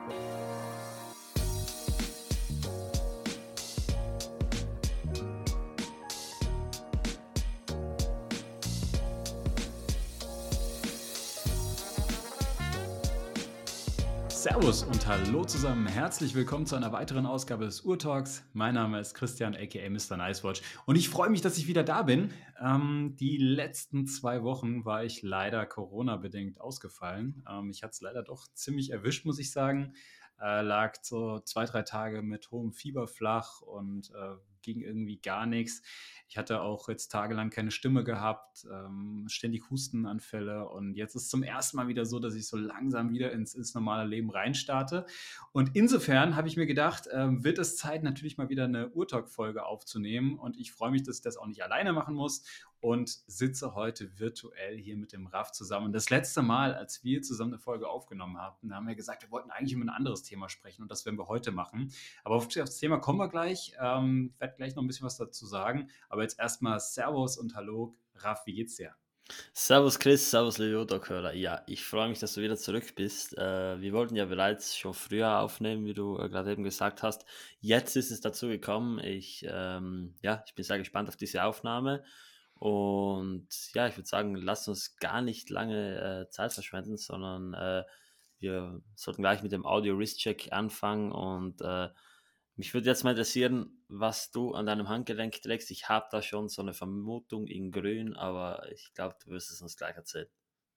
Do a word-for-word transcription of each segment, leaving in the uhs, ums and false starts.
Servus und hallo zusammen, herzlich willkommen zu einer weiteren Ausgabe des Uhr-Talks. Mein Name ist Christian, aka Mister Nicewatch, und ich freue mich, dass ich wieder da bin. Ähm, die letzten zwei Wochen war ich leider Corona-bedingt ausgefallen. Ähm, ich hatte es leider doch ziemlich erwischt, muss ich sagen. Äh, lag so zwei, drei Tage mit hohem Fieber flach und äh, ging irgendwie gar nichts. Ich hatte auch jetzt tagelang keine Stimme gehabt, ähm, ständig Hustenanfälle, und jetzt ist zum ersten Mal wieder so, dass ich so langsam wieder ins, ins normale Leben reinstarte. Und insofern habe ich mir gedacht, ähm, wird es Zeit, natürlich mal wieder eine Uhr-Talk-Folge aufzunehmen, und ich freue mich, dass ich das auch nicht alleine machen muss und sitze heute virtuell hier mit dem Raff zusammen. Das letzte Mal, als wir zusammen eine Folge aufgenommen haben, da haben wir gesagt, wir wollten eigentlich über ein anderes Thema sprechen, und das werden wir heute machen. Aber auf das Thema kommen wir gleich. Ähm, ich werde gleich noch ein bisschen was dazu sagen. Aber jetzt erstmal Servus und Hallo. Raff, wie geht's dir? Servus Chris, servus liebe Uhr-Talk-Hörer. Ja, ich freue mich, dass du wieder zurück bist. Äh, wir wollten ja bereits schon früher aufnehmen, wie du äh, gerade eben gesagt hast. Jetzt ist es dazu gekommen. Ich, ähm, ja, ich bin sehr gespannt auf diese Aufnahme. Und ja, ich würde sagen, lass uns gar nicht lange äh, Zeit verschwenden, sondern äh, wir sollten gleich mit dem Audio-Wrist-Check anfangen. Und äh, mich würde jetzt mal interessieren, was du an deinem Handgelenk trägst. Ich habe da schon so eine Vermutung in Grün, aber ich glaube, du wirst es uns gleich erzählen.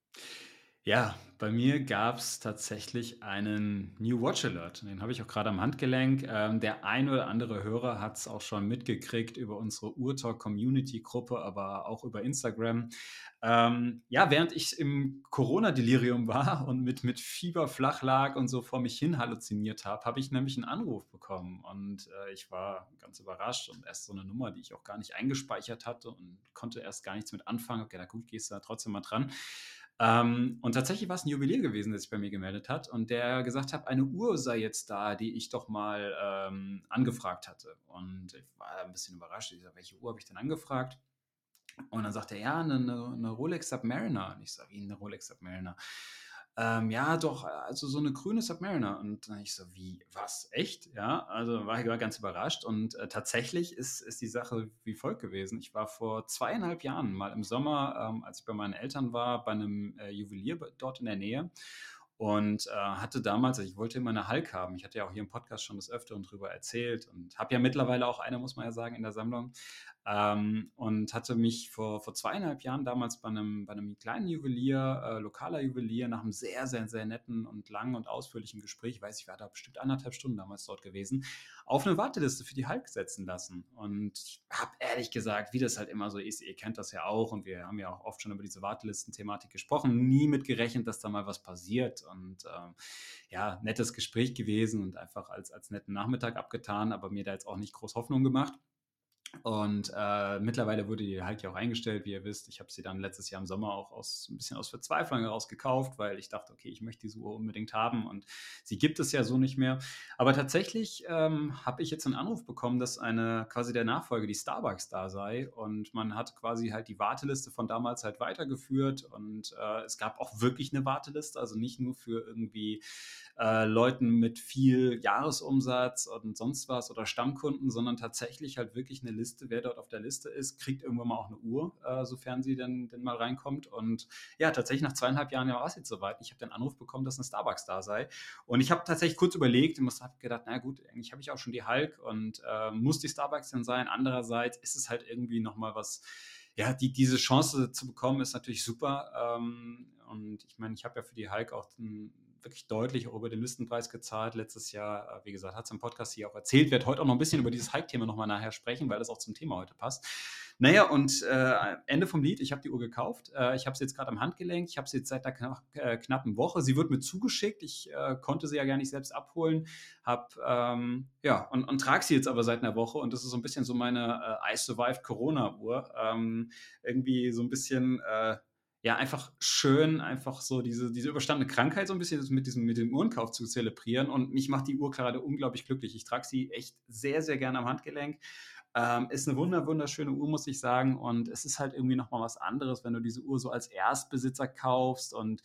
Ja, bei mir gab es tatsächlich einen New Watch Alert. Den habe ich auch gerade am Handgelenk. Ähm, der ein oder andere Hörer hat es auch schon mitgekriegt über unsere Uhr-Talk-Community-Gruppe, aber auch über Instagram. Ähm, ja, während ich im Corona-Delirium war und mit, mit Fieber flach lag und so vor mich hin halluziniert habe, habe ich nämlich einen Anruf bekommen. Und äh, ich war ganz überrascht, und erst so eine Nummer, die ich auch gar nicht eingespeichert hatte und konnte erst gar nichts mit anfangen. Okay, na gut, gehst du da trotzdem mal dran. Ähm, und tatsächlich war es ein Juwelier gewesen, der sich bei mir gemeldet hat und der gesagt hat, eine Uhr sei jetzt da, die ich doch mal ähm, angefragt hatte. Und ich war ein bisschen überrascht. Ich sag, welche Uhr habe ich denn angefragt? Und dann sagt er, ja, eine, eine, eine Rolex Submariner. Und ich sage, wie eine Rolex Submariner? Ähm, ja, doch, also so eine grüne Submariner. Und dann ich so, wie, was, echt? Ja, also war ich war ganz überrascht. Und äh, tatsächlich ist, ist die Sache wie folgt gewesen. Ich war vor zweieinhalb Jahren mal im Sommer, ähm, als ich bei meinen Eltern war, bei einem äh, Juwelier dort in der Nähe. Und äh, hatte damals, also ich wollte immer eine Hulk haben. Ich hatte ja auch hier im Podcast schon des Öfteren drüber erzählt und habe ja mittlerweile auch eine, muss man ja sagen, in der Sammlung. Ähm, und hatte mich vor, vor zweieinhalb Jahren damals bei einem, bei einem kleinen Juwelier, äh, lokaler Juwelier, nach einem sehr, sehr, sehr netten und langen und ausführlichen Gespräch, ich weiß, ich war da bestimmt anderthalb Stunden damals dort gewesen, auf eine Warteliste für die Hulk setzen lassen. Und ich habe ehrlich gesagt, wie das halt immer so ist, ihr kennt das ja auch, und wir haben ja auch oft schon über diese Wartelisten-Thematik gesprochen, nie mit gerechnet, dass da mal was passiert. Und ähm, ja, nettes Gespräch gewesen und einfach als, als netten Nachmittag abgetan, aber mir da jetzt auch nicht groß Hoffnung gemacht. Und äh, mittlerweile wurde die halt ja auch eingestellt, wie ihr wisst. Ich habe sie dann letztes Jahr im Sommer auch aus ein bisschen aus Verzweiflung heraus gekauft, weil ich dachte, okay, ich möchte diese Uhr unbedingt haben, und sie gibt es ja so nicht mehr. Aber tatsächlich ähm, habe ich jetzt einen Anruf bekommen, dass eine quasi der Nachfolger, die Starbucks, da sei, und man hat quasi halt die Warteliste von damals halt weitergeführt, und äh, es gab auch wirklich eine Warteliste, also nicht nur für irgendwie äh, Leuten mit viel Jahresumsatz und sonst was oder Stammkunden, sondern tatsächlich halt wirklich eine Liste, wer dort auf der Liste ist, kriegt irgendwann mal auch eine Uhr, äh, sofern sie denn, denn mal reinkommt. Und ja, tatsächlich nach zweieinhalb Jahren war es jetzt soweit. Ich habe den Anruf bekommen, dass eine Starbucks da sei. Und ich habe tatsächlich kurz überlegt und habe gedacht, na gut, eigentlich habe ich auch schon die Hulk, und äh, muss die Starbucks denn sein? Andererseits ist es halt irgendwie nochmal was, ja, die, diese Chance zu bekommen, ist natürlich super. Ähm, und ich meine, ich habe ja für die Hulk auch den, wirklich deutlich auch über den Listenpreis gezahlt letztes Jahr. Wie gesagt, hat es im Podcast hier auch erzählt. Ich werde heute auch noch ein bisschen über dieses Hulk-Thema nochmal nachher sprechen, weil das auch zum Thema heute passt. Naja, und äh, Ende vom Lied, ich habe die Uhr gekauft. Äh, ich habe sie jetzt gerade am Handgelenk. Ich habe sie jetzt seit einer knapp, äh, knappen Woche. Sie wird mir zugeschickt. Ich äh, konnte sie ja gar nicht selbst abholen. Hab, ähm, ja, und, und trage sie jetzt aber seit einer Woche. Und das ist so ein bisschen so meine äh, I Survived Corona-Uhr. Ähm, irgendwie so ein bisschen... Äh, ja, einfach schön, einfach so diese, diese überstandene Krankheit so ein bisschen mit diesem, mit dem Uhrenkauf zu zelebrieren. Und mich macht die Uhr gerade unglaublich glücklich. Ich trage sie echt sehr, sehr gerne am Handgelenk. Ähm, ist eine wunder, wunderschöne Uhr, muss ich sagen. Und es ist halt irgendwie nochmal was anderes, wenn du diese Uhr so als Erstbesitzer kaufst. Und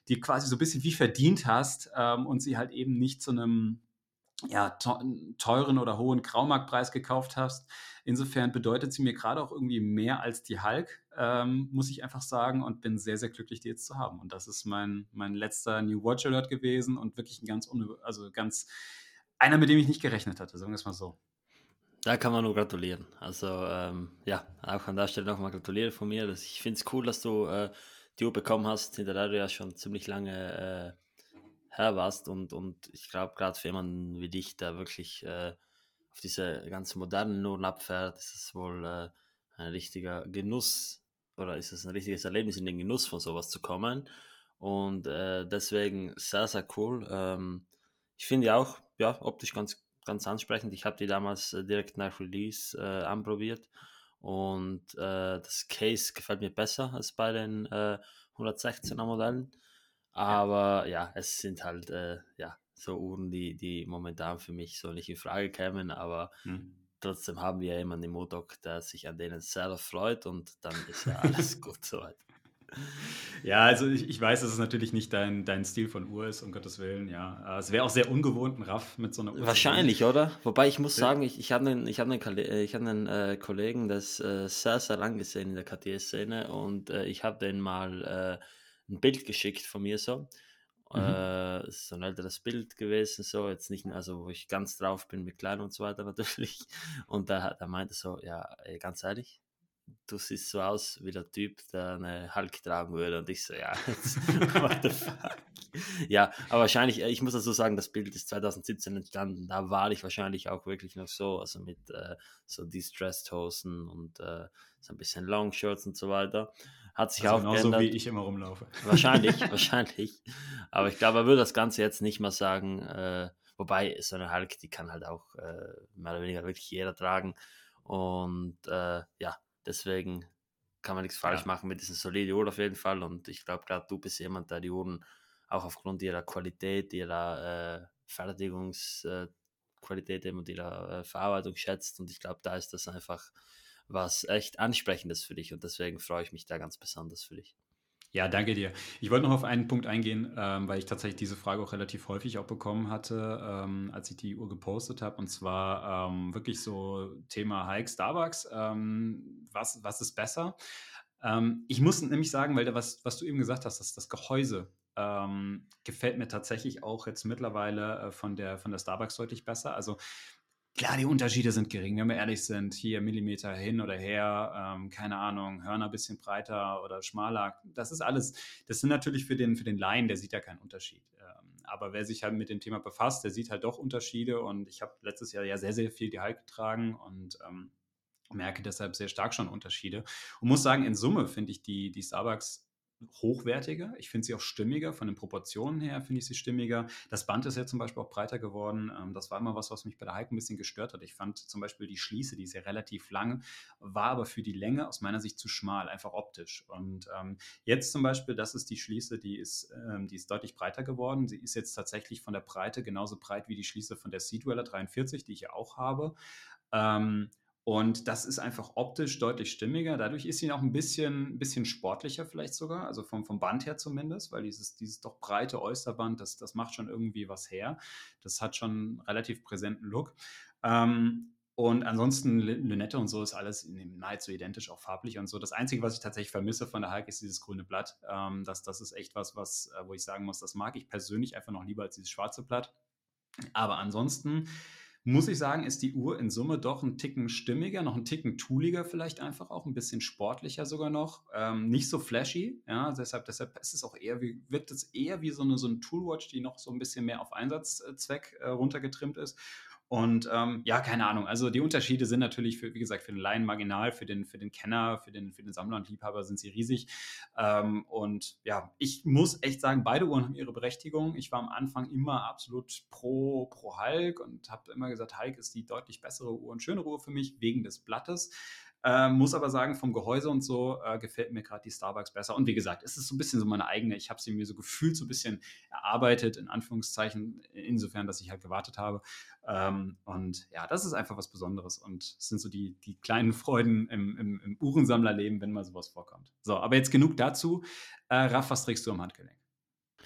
die quasi so ein bisschen wie verdient hast, ähm, und sie halt eben nicht zu einem ja, teuren oder hohen Graumarktpreis gekauft hast. Insofern bedeutet sie mir gerade auch irgendwie mehr als die Hulk, ähm, muss ich einfach sagen, und bin sehr, sehr glücklich, die jetzt zu haben. Und das ist mein, mein letzter New Watch Alert gewesen und wirklich ein ganz, also ganz, einer, mit dem ich nicht gerechnet hatte, sagen wir es mal so. Da kann man nur gratulieren. Also ähm, ja, auch an der Stelle nochmal gratulieren von mir. Das, ich finde es cool, dass du äh, die Uhr bekommen hast, hinter der du ja schon ziemlich lange äh, her warst. Und, und ich glaube, gerade für jemanden wie dich, der wirklich äh, auf diese ganz modernen Uhren abfährt, ist es wohl äh, ein richtiger Genuss oder ist es ein richtiges Erlebnis, in den Genuss von sowas zu kommen. Und äh, deswegen sehr, sehr cool. Ähm, ich finde ja auch, ja, optisch ganz, ganz ansprechend. Ich habe die damals äh, direkt nach Release äh, anprobiert und äh, das Case gefällt mir besser als bei den äh, hundertsechzehner Modellen. Ja. Aber ja, es sind halt äh, ja, so Uhren, die, die momentan für mich so nicht in Frage kämen, aber Hm. trotzdem haben wir ja jemanden im Modok, der sich an denen sehr freut und dann ist ja alles gut soweit. Ja, also ich, ich weiß, dass es natürlich nicht dein, dein Stil von Uhr ist, um Gottes Willen, ja. Äh, Es wäre auch sehr ungewohnt, einen Raff mit so einer Uhr zu sehen. Wahrscheinlich, oder? Wobei ich muss Äh, sagen, ich, ich habe einen, ich hab einen, Kolle- äh, ich hab einen äh, Kollegen, der ist äh, sehr, sehr lang gesehen in der K T S-Szene und äh, ich habe den mal äh, ein Bild geschickt von mir so. Mhm. Äh, es ist so ein älteres Bild gewesen, so, jetzt nicht, also wo ich ganz drauf bin mit klein und so weiter natürlich. Und da, da meinte so, ja, ey, ganz ehrlich, du siehst so aus wie der Typ, der eine Hulk tragen würde. Und ich so, ja, jetzt, what the fuck. Ja, aber wahrscheinlich, äh, ich muss dazu sagen, das Bild ist zwanzig siebzehn entstanden. Da war ich wahrscheinlich auch wirklich noch so, also mit äh, so Distressed Hosen und äh, so ein bisschen Longshirts und so weiter. Hat sich Also auch genauso wie geändert. ich immer rumlaufe. Wahrscheinlich, wahrscheinlich. Aber ich glaube, er würde das Ganze jetzt nicht mal sagen. Äh, wobei, so eine Hulk, die kann halt auch äh, mehr oder weniger wirklich jeder tragen. Und äh, ja, deswegen kann man nichts falsch Ja. machen mit dieser soliden Uhr auf jeden Fall. Und ich glaube, gerade du bist jemand, der die Uhren auch aufgrund ihrer Qualität, ihrer äh, Fertigungsqualität eben und ihrer äh, Verarbeitung schätzt. Und ich glaube, da ist das einfach was echt Ansprechendes für dich. Und deswegen freue ich mich da ganz besonders für dich. Ja, danke dir. Ich wollte noch auf einen Punkt eingehen, ähm, weil ich tatsächlich diese Frage auch relativ häufig auch bekommen hatte, ähm, als ich die Uhr gepostet habe. Und zwar ähm, wirklich so Thema Hike Starbucks. Ähm, was, was ist besser? Ähm, ich muss nämlich sagen, weil da was, was du eben gesagt hast, das, das Gehäuse ähm, gefällt mir tatsächlich auch jetzt mittlerweile äh, von der, von der Starbucks deutlich besser. Also klar, die Unterschiede sind gering, wenn wir ehrlich sind. Hier Millimeter hin oder her, ähm, keine Ahnung, Hörner ein bisschen breiter oder schmaler. Das ist alles, das sind natürlich für den, für den Laien, der sieht ja keinen Unterschied. Ähm, aber wer sich halt mit dem Thema befasst, der sieht halt doch Unterschiede. Und ich habe letztes Jahr ja sehr, sehr viel die Hulk getragen und ähm, merke deshalb sehr stark schon Unterschiede. Und muss sagen, in Summe finde ich die, die Starbucks hochwertiger. Ich finde sie auch stimmiger. Von den Proportionen her finde ich sie stimmiger. Das Band ist ja zum Beispiel auch breiter geworden. Ähm, das war immer was, was mich bei der Hike ein bisschen gestört hat. Ich fand zum Beispiel die Schließe, die ist ja relativ lang, war aber für die Länge aus meiner Sicht zu schmal, einfach optisch. Und ähm, jetzt zum Beispiel, das ist die Schließe, die ist, ähm, die ist deutlich breiter geworden. Sie ist jetzt tatsächlich von der Breite genauso breit wie die Schließe von der Sea Dweller dreiundvierzig, die ich ja auch habe. Ähm, und das ist einfach optisch deutlich stimmiger. Dadurch ist sie auch ein bisschen, bisschen sportlicher vielleicht sogar, also vom, vom Band her zumindest, weil dieses, dieses doch breite Oysterband, das, das macht schon irgendwie was her. Das hat schon einen relativ präsenten Look. Ähm, und ansonsten Lünette und so ist alles nahezu identisch, auch farblich und so. Das Einzige, was ich tatsächlich vermisse von der Hulk, ist dieses grüne Blatt. Ähm, das, das ist echt was, was, äh, wo ich sagen muss, das mag ich persönlich einfach noch lieber als dieses schwarze Blatt. Aber ansonsten muss ich sagen, ist die Uhr in Summe doch ein Ticken stimmiger, noch ein Ticken tooliger vielleicht einfach auch, ein bisschen sportlicher sogar noch, ähm, nicht so flashy, ja, deshalb, deshalb ist es auch eher wie, wirkt es eher wie so eine, so eine Toolwatch, die noch so ein bisschen mehr auf Einsatzzweck äh, runtergetrimmt ist. Und ähm, ja, keine Ahnung. Also die Unterschiede sind natürlich, für, wie gesagt, für den Laien marginal, für den, für den Kenner, für den, für den Sammler und Liebhaber sind sie riesig. Ähm, und ja, ich muss echt sagen, beide Uhren haben ihre Berechtigung. Ich war am Anfang immer absolut pro, pro Hulk und habe immer gesagt, Hulk ist die deutlich bessere Uhr und schönere Uhr für mich, wegen des Blattes. Ähm, muss aber sagen, vom Gehäuse und so äh, gefällt mir gerade die Starbucks besser. Und wie gesagt, es ist so ein bisschen so meine eigene, ich habe sie mir so gefühlt so ein bisschen erarbeitet, in Anführungszeichen, insofern, dass ich halt gewartet habe. Ähm, und ja, das ist einfach was Besonderes. Und es sind so die, die kleinen Freuden im, im, im Uhrensammlerleben, wenn mal sowas vorkommt. So, aber jetzt genug dazu. Äh, Raff, was trägst du am Handgelenk?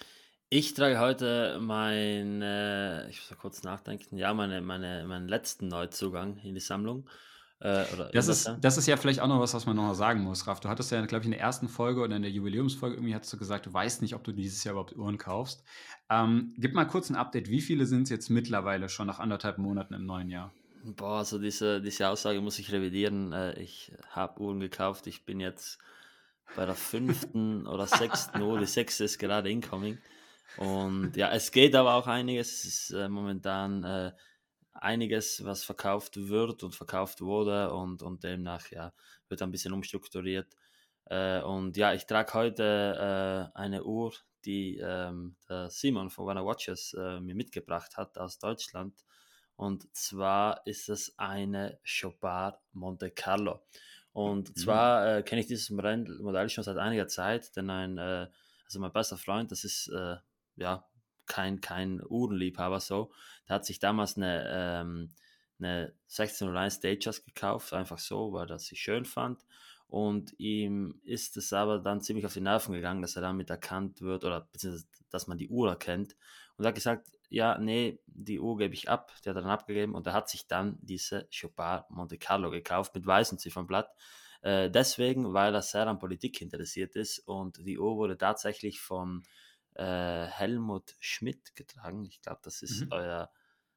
Ich trage heute mein, äh ich muss mal kurz nachdenken, ja, meine meine meinen letzten Neuzugang in die Sammlung, äh, oder Das in der ist Sa das ist ja vielleicht auch noch was, was man noch mal sagen muss, Ralf. Du hattest ja, glaube ich, in der ersten Folge oder in der Jubiläumsfolge irgendwie hattest du gesagt, du weißt nicht, ob du dieses Jahr überhaupt Uhren kaufst. Ähm, gib mal kurz 'n Update. Wie viele sind's jetzt mittlerweile schon nach anderthalb Monaten im neuen Jahr? Boah, also diese diese Aussage muss ich revidieren. Äh, ich habe Uhren gekauft. Ich bin jetzt bei der fünften oder sechsten Uhr. Die sechste ist gerade incoming. Und ja, es geht aber auch einiges. Es ist, äh, momentan, äh, einiges, was verkauft wird und verkauft wurde und und demnach, ja, wird ein bisschen umstrukturiert. Äh, und ja, ich trage heute, äh, eine Uhr, die, ähm, der Simon von Warner Watches, äh, mir mitgebracht hat aus Deutschland. Und zwar ist es eine Chopard Monte Carlo. Und Mhm. zwar, äh, kenne ich dieses Modell Modell schon seit einiger Zeit, denn ein, äh also mein bester Freund, das ist, äh, ja, kein kein Uhrenliebhaber so. Der hat sich damals eine ähm 'ne sechzehnhunderteins Datejust gekauft, einfach so, weil er sie schön fand. Und ihm ist es aber dann ziemlich auf die Nerven gegangen, dass er damit erkannt wird oder beziehungsweise dass man die Uhr erkennt. Und er hat gesagt: „Ja, nee, die Uhr gebe ich ab.“ Die hat er dann abgegeben und er hat sich dann diese Chopard Monte Carlo gekauft mit weißem Ziffernblatt. Äh, deswegen, weil er sehr an Politik interessiert ist und die Uhr wurde tatsächlich von, äh, Helmut Schmidt getragen. Ich glaube, das ist Mhm. euer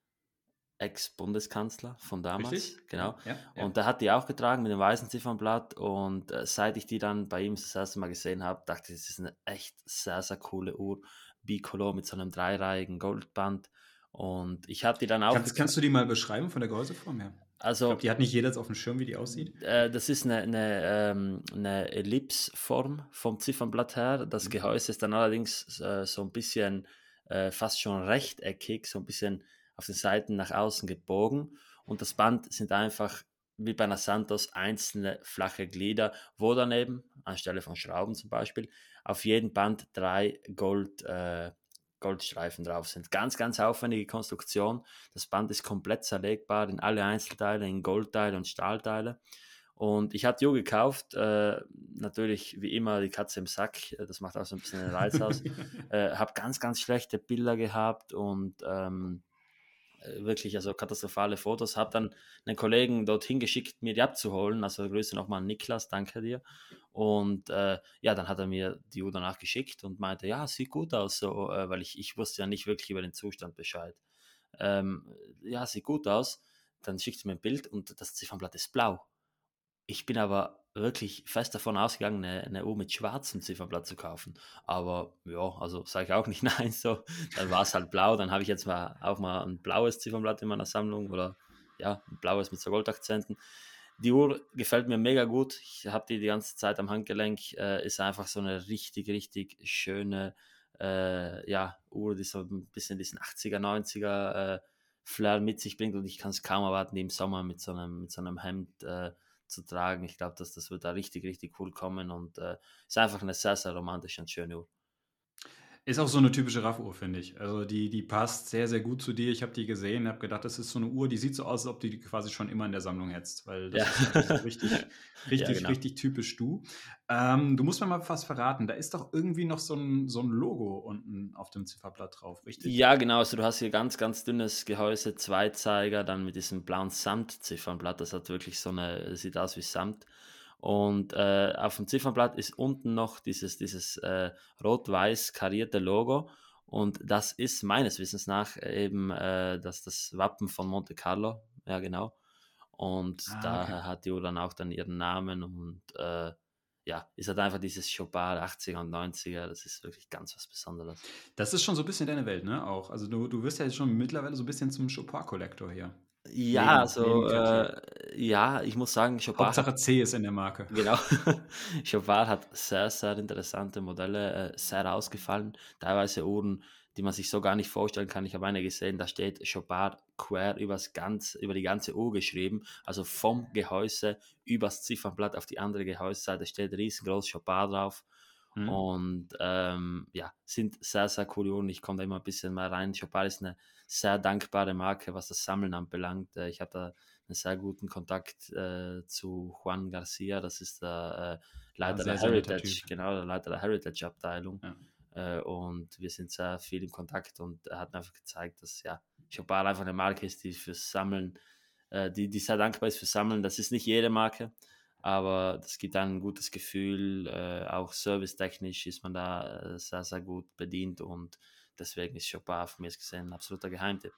Ex-Bundeskanzler von damals, Richtig? genau. Ja, ja, ja. Und der hat die auch getragen mit dem weißen Ziffernblatt und, äh, seit ich die dann bei ihm das erste Mal gesehen habe, dachte ich, das ist eine echt sehr, sehr coole Uhr, Bicolor mit so einem dreireihigen Goldband und ich habe die dann auch Kannst geka kannst du die mal beschreiben von der Gehäuseform her? Ich glaube, also, die hat nicht jeder jetzt aufm Schirm, wie die aussieht. äh, das ist eine 'ne, ähm 'ne Ellipsform vom Ziffernblatt her. Das Mhm. Gehäuse ist dann allerdings, äh, so ein bisschen, äh, fast schon rechteckig, so ein bisschen auf den Seiten nach außen gebogen und das Band sind einfach wie bei 'ner Santos einzelne flache Glieder, wo daneben, anstelle von Schrauben zum Beispiel, auf jedem Band drei Gold äh, Goldstreifen drauf sind. Ganz, ganz aufwendige Konstruktion. Das Band ist komplett zerlegbar in alle Einzelteile, in Goldteile und Stahlteile. Und ich habe die Uhr gekauft, äh, natürlich wie immer die Katze im Sack, äh, das macht auch so ein bisschen den Reiz aus. Äh, habe ganz, ganz schlechte Bilder gehabt und ähm, äh, wirklich, also katastrophale Fotos. Habe dann einen Kollegen dorthin geschickt, mir die abzuholen. Also Grüße nochmal an Niklas, danke dir. Und äh, ja, dann hat er mir die Uhr danach geschickt und meinte, ja, sieht gut aus, so, äh, weil ich, ich wusste ja nicht wirklich über den Zustand Bescheid. Ähm, ja, sieht gut aus. Dann schickt er mir ein Bild und das Ziffernblatt ist blau. Ich bin aber wirklich fest davon ausgegangen, 'ne 'ne Uhr mit schwarzem Ziffernblatt zu kaufen. Aber ja, also sage ich auch nicht nein so. Dann war's halt blau, dann habe ich jetzt mal auch mal 'n blaues Ziffernblatt in meiner Sammlung oder ja, 'n blaues mit so Goldakzenten. Die Uhr gefällt mir mega gut. Ich habe die die ganze Zeit am Handgelenk, äh, ist einfach so 'ne richtig, richtig schöne, äh, ja, Uhr, die so 'n bisschen diesen achtziger, neunziger, äh, Flair mit sich bringt und ich kann's kaum erwarten, die im Sommer mit so 'nem mit so 'nem Hemd, äh, zu tragen. Ich glaube, dass das wird da richtig, richtig cool kommen und, äh, ist einfach eine sehr, sehr romantische und schöne Uhr. Ist auch so 'ne typische Raffuhr, finde ich. Also, die die passt sehr, sehr gut zu dir. Ich habe die gesehen, habe gedacht, das ist so 'ne Uhr, die sieht so aus, als ob du die quasi schon immer in der Sammlung hättest, weil Ja. das ist einfach so richtig Ja, richtig, genau. richtig typisch du. Ähm, du musst mir mal was verraten. Da ist doch irgendwie noch so 'n so 'n Logo unten auf dem Zifferblatt drauf, richtig? Ja, genau, also du hast hier ganz, ganz dünnes Gehäuse, Zweizeiger, dann mit diesem blauen Samtziffernblatt. Das hat wirklich so eine, sieht aus wie Samt. Und, äh, auf dem Ziffernblatt ist unten noch dieses dieses, äh, rot-weiß karierte Logo und das ist meines Wissens nach eben, äh, das das Wappen von Monte Carlo. Ja, genau. Und Ah, okay. daher hat die Uhr dann auch dann ihren Namen und, äh, ja, ist halt einfach dieses Chopard achtziger und neunziger, das ist wirklich ganz was Besonderes. Das ist schon so bisschen deine Welt, ne, auch? Also, du du wirst ja jetzt schon mittlerweile so 'n bisschen zum Chopard-Collector hier. Ja, Neben neben also, Cartier. äh, ja, ich muss sagen, Chopard hat Hauptsache C ist in der Marke. genau, Chopard hat sehr, sehr interessante Modelle, äh, sehr ausgefallen. Teilweise Uhren, die man sich so gar nicht vorstellen kann. Ich habe eine gesehen, da steht Chopard quer übers ganz über die ganze Uhr geschrieben, also vom Gehäuse übers Ziffernblatt auf die andere Gehäuseseite steht riesengroß Chopard drauf. Mhm. Und, ähm, ja, sind sehr, sehr coole Uhren. Ich komme da immer ein bisschen mehr rein. Chopard ist eine sehr dankbare Marke, was das Sammeln anbelangt. Äh, ich habe da 'nen sehr guten Kontakt, äh, zu Juan Garcia. Das ist der, äh, Ah, Leiter der sehr, sehr netter Typ. Heritage, genau, der Leiter der Heritage-Abteilung. Ja. äh, und wir sind sehr viel in Kontakt und er hat mir einfach gezeigt, dass ja, Chopard einfach eine Marke ist, die fürs Sammeln, äh, die, die sehr dankbar ist fürs Sammeln. Das ist nicht jede Marke, aber das gibt dann ein gutes Gefühl. Äh, auch servicetechnisch ist man da äh, sehr, sehr gut bedient und deswegen ist Chopard von mir aus gesehen ein absoluter Geheimtipp.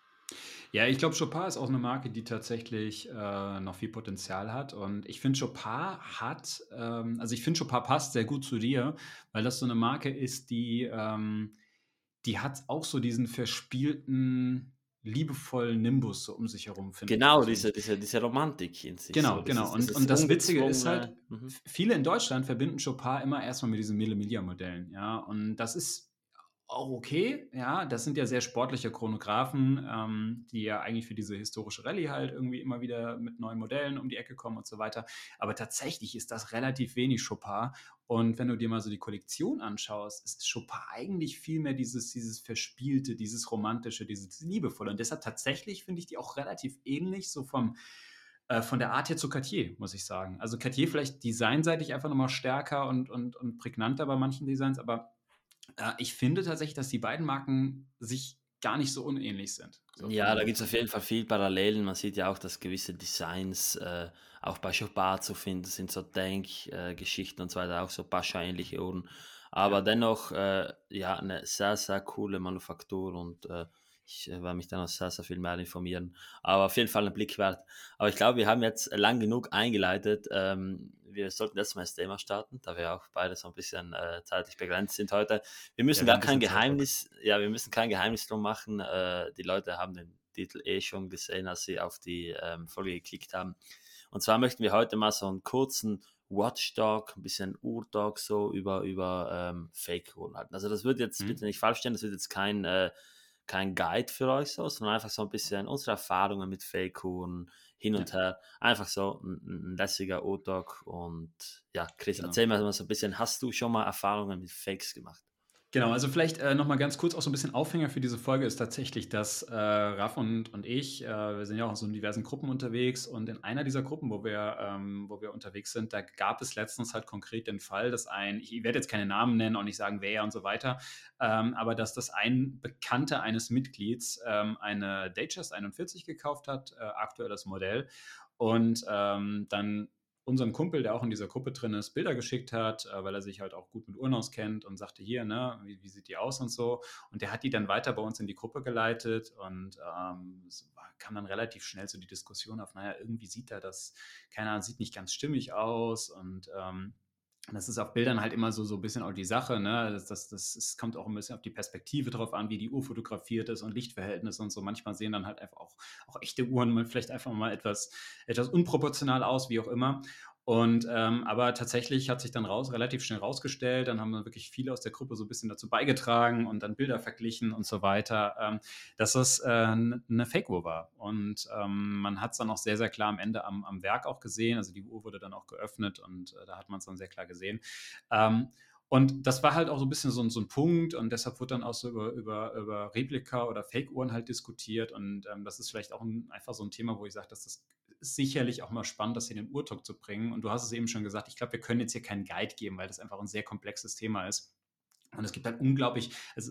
Ja, ich glaube, Chopard ist auch eine Marke, die tatsächlich, äh, noch viel Potenzial hat und ich finde, Chopard hat ähm, also, ich finde, Chopard passt sehr gut zu dir, weil das so eine Marke ist, die, ähm die hat auch so diesen verspielten, liebevollen Nimbus so um sich herum, finde ich Genau, diese, persönlich. diese, diese Romantik in sich, so Genau, genau. dieses, Und dieses und das Witzige ist halt, ungezwungene. Mhm. v viele in Deutschland verbinden Chopard immer erst mal mit diesen Mille Miglia Modellen, ja? Und das ist auch okay, ja. Das sind ja sehr sportliche Chronographen, ähm, die ja eigentlich für diese historische Rallye halt irgendwie immer wieder mit neuen Modellen um die Ecke kommen und so weiter. Aber tatsächlich ist das relativ wenig Chopard. Und wenn du dir mal so die Kollektion anschaust, ist Chopard eigentlich viel mehr dieses dieses Verspielte, dieses Romantische, dieses Liebevolle. Und deshalb tatsächlich finde ich die auch relativ ähnlich so vom äh, von der Art her zu Cartier, muss ich sagen. Also Cartier vielleicht designseitig einfach noch mal stärker und und und prägnanter bei manchen Designs, aber, äh, ich finde tatsächlich, dass die beiden Marken sich gar nicht so unähnlich sind, so Ja, da vom gibt's auf vom jeden Fall viel Parallelen. Man sieht ja auch, dass gewisse Designs äh, auch bei Chopard zu finden sind, so Denk-Geschichten äh, Geschichten und so weiter, auch so Pascha-ähnliche Uhren. Aber ja. dennoch, äh, ja, eine sehr, sehr coole Manufaktur und äh, ich äh, werde mich dann noch sehr, sehr viel mehr informieren. Aber auf jeden Fall ein Blick wert. Aber ich glaube, wir haben jetzt lang genug eingeleitet. Ähm, wir sollten jetzt mal das Thema starten, da wir auch beide so ein bisschen äh, zeitlich begrenzt sind heute. Wir Ja, müssen wir gar haben 'n kein bisschen Zeitdruck. Geheimnis, ja, wir müssen kein Geheimnis drum machen. Äh, die Leute haben den Titel eh schon gesehen, als sie auf die ähm, Folge geklickt haben. Und zwar möchten wir heute mal so einen kurzen Watchdog, ein bisschen Ur-Talk so über, über ähm, Fake-Uhren halten. Also das wird jetzt bitte Mhm. nicht falsch stellen, das wird jetzt kein, äh, kein Guide für euch so, sondern einfach so ein bisschen unsere Erfahrungen mit Fake-Uhren hin Ja, und her. Einfach so ein, ein lässiger Ur-Talk. Und ja, Chris, genau. erzähl mir mal so ein bisschen, hast du schon mal Erfahrungen mit Fakes gemacht? Genau, also vielleicht, äh, noch mal ganz kurz auch so ein bisschen Aufhänger für diese Folge ist tatsächlich, dass, äh, Raf und und ich, äh, wir sind ja auch in so diversen Gruppen unterwegs und in einer dieser Gruppen, wo wir ähm, wo wir unterwegs sind, da gab es letztens halt konkret den Fall, dass ein ich werde jetzt keine Namen nennen, auch nicht sagen, wer und so weiter, ähm, aber dass das ein Bekannter eines Mitglieds, ähm, eine Datejust einundvierzig gekauft hat, äh, aktuelles Modell und, ähm, dann unserem Kumpel, der auch in dieser Gruppe drin ist, Bilder geschickt hat, äh, weil er sich halt auch gut mit Uhren auskennt und sagte, hier, ne, wie, wie sieht die aus und so. Und der hat die dann weiter bei uns in die Gruppe geleitet und ähm, es war- kam dann relativ schnell so die Diskussion auf, naja, irgendwie sieht er das, keine Ahnung, sieht nicht ganz stimmig aus und ähm, das ist auf Bildern halt immer so, so ein bisschen auch die Sache, ne? Das, das, das, es kommt auch ein bisschen auf die Perspektive drauf an, wie die Uhr fotografiert ist und Lichtverhältnisse und so. Manchmal sehen dann halt einfach auch, auch echte Uhren mal vielleicht einfach mal etwas, etwas unproportional aus, wie auch immer. Und ähm, aber tatsächlich hat sich dann raus, relativ schnell rausgestellt, dann haben dann wirklich viele aus der Gruppe so ein bisschen dazu beigetragen und dann Bilder verglichen und so weiter, ähm, dass das äh, eine Fake-Uhr war. Und ähm, man hat es dann auch sehr, sehr klar am Ende am, am Werk auch gesehen. Also die Uhr wurde dann auch geöffnet und äh, da hat man es dann sehr klar gesehen. Ähm, und das war halt auch so ein bisschen so, ein- so ein Punkt und deshalb wurde dann auch so über, über, über Replika oder Fake-Uhren halt diskutiert und ähm, das ist vielleicht auch ein, einfach so ein Thema, wo ich sage, dass das ist sicherlich auch mal spannend, das hier in den Urtalk zu bringen. Und du hast es eben schon gesagt, ich glaube, wir können jetzt hier keinen Guide geben, weil das einfach ein sehr komplexes Thema ist. Und es gibt halt unglaublich, also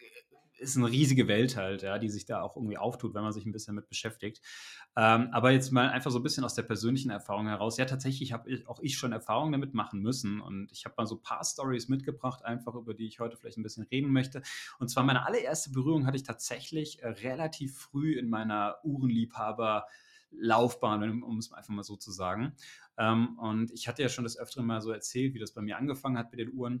ist eine riesige Welt halt, ja, die sich da auch irgendwie auftut, wenn man sich ein bisschen mit beschäftigt. Ähm, aber jetzt mal einfach so ein bisschen aus der persönlichen Erfahrung heraus. Ja, tatsächlich habe ich, auch ich schon Erfahrungen damit machen müssen. Und ich habe mal so ein paar Stories mitgebracht, einfach über die ich heute vielleicht ein bisschen reden möchte. Und zwar meine allererste Berührung hatte ich tatsächlich äh, relativ früh in meiner Uhrenliebhaber- Laufbahn, um es einfach mal so zu sagen. Ähm, und ich hatte ja schon des Öfteren mal so erzählt, wie das bei mir angefangen hat mit den Uhren.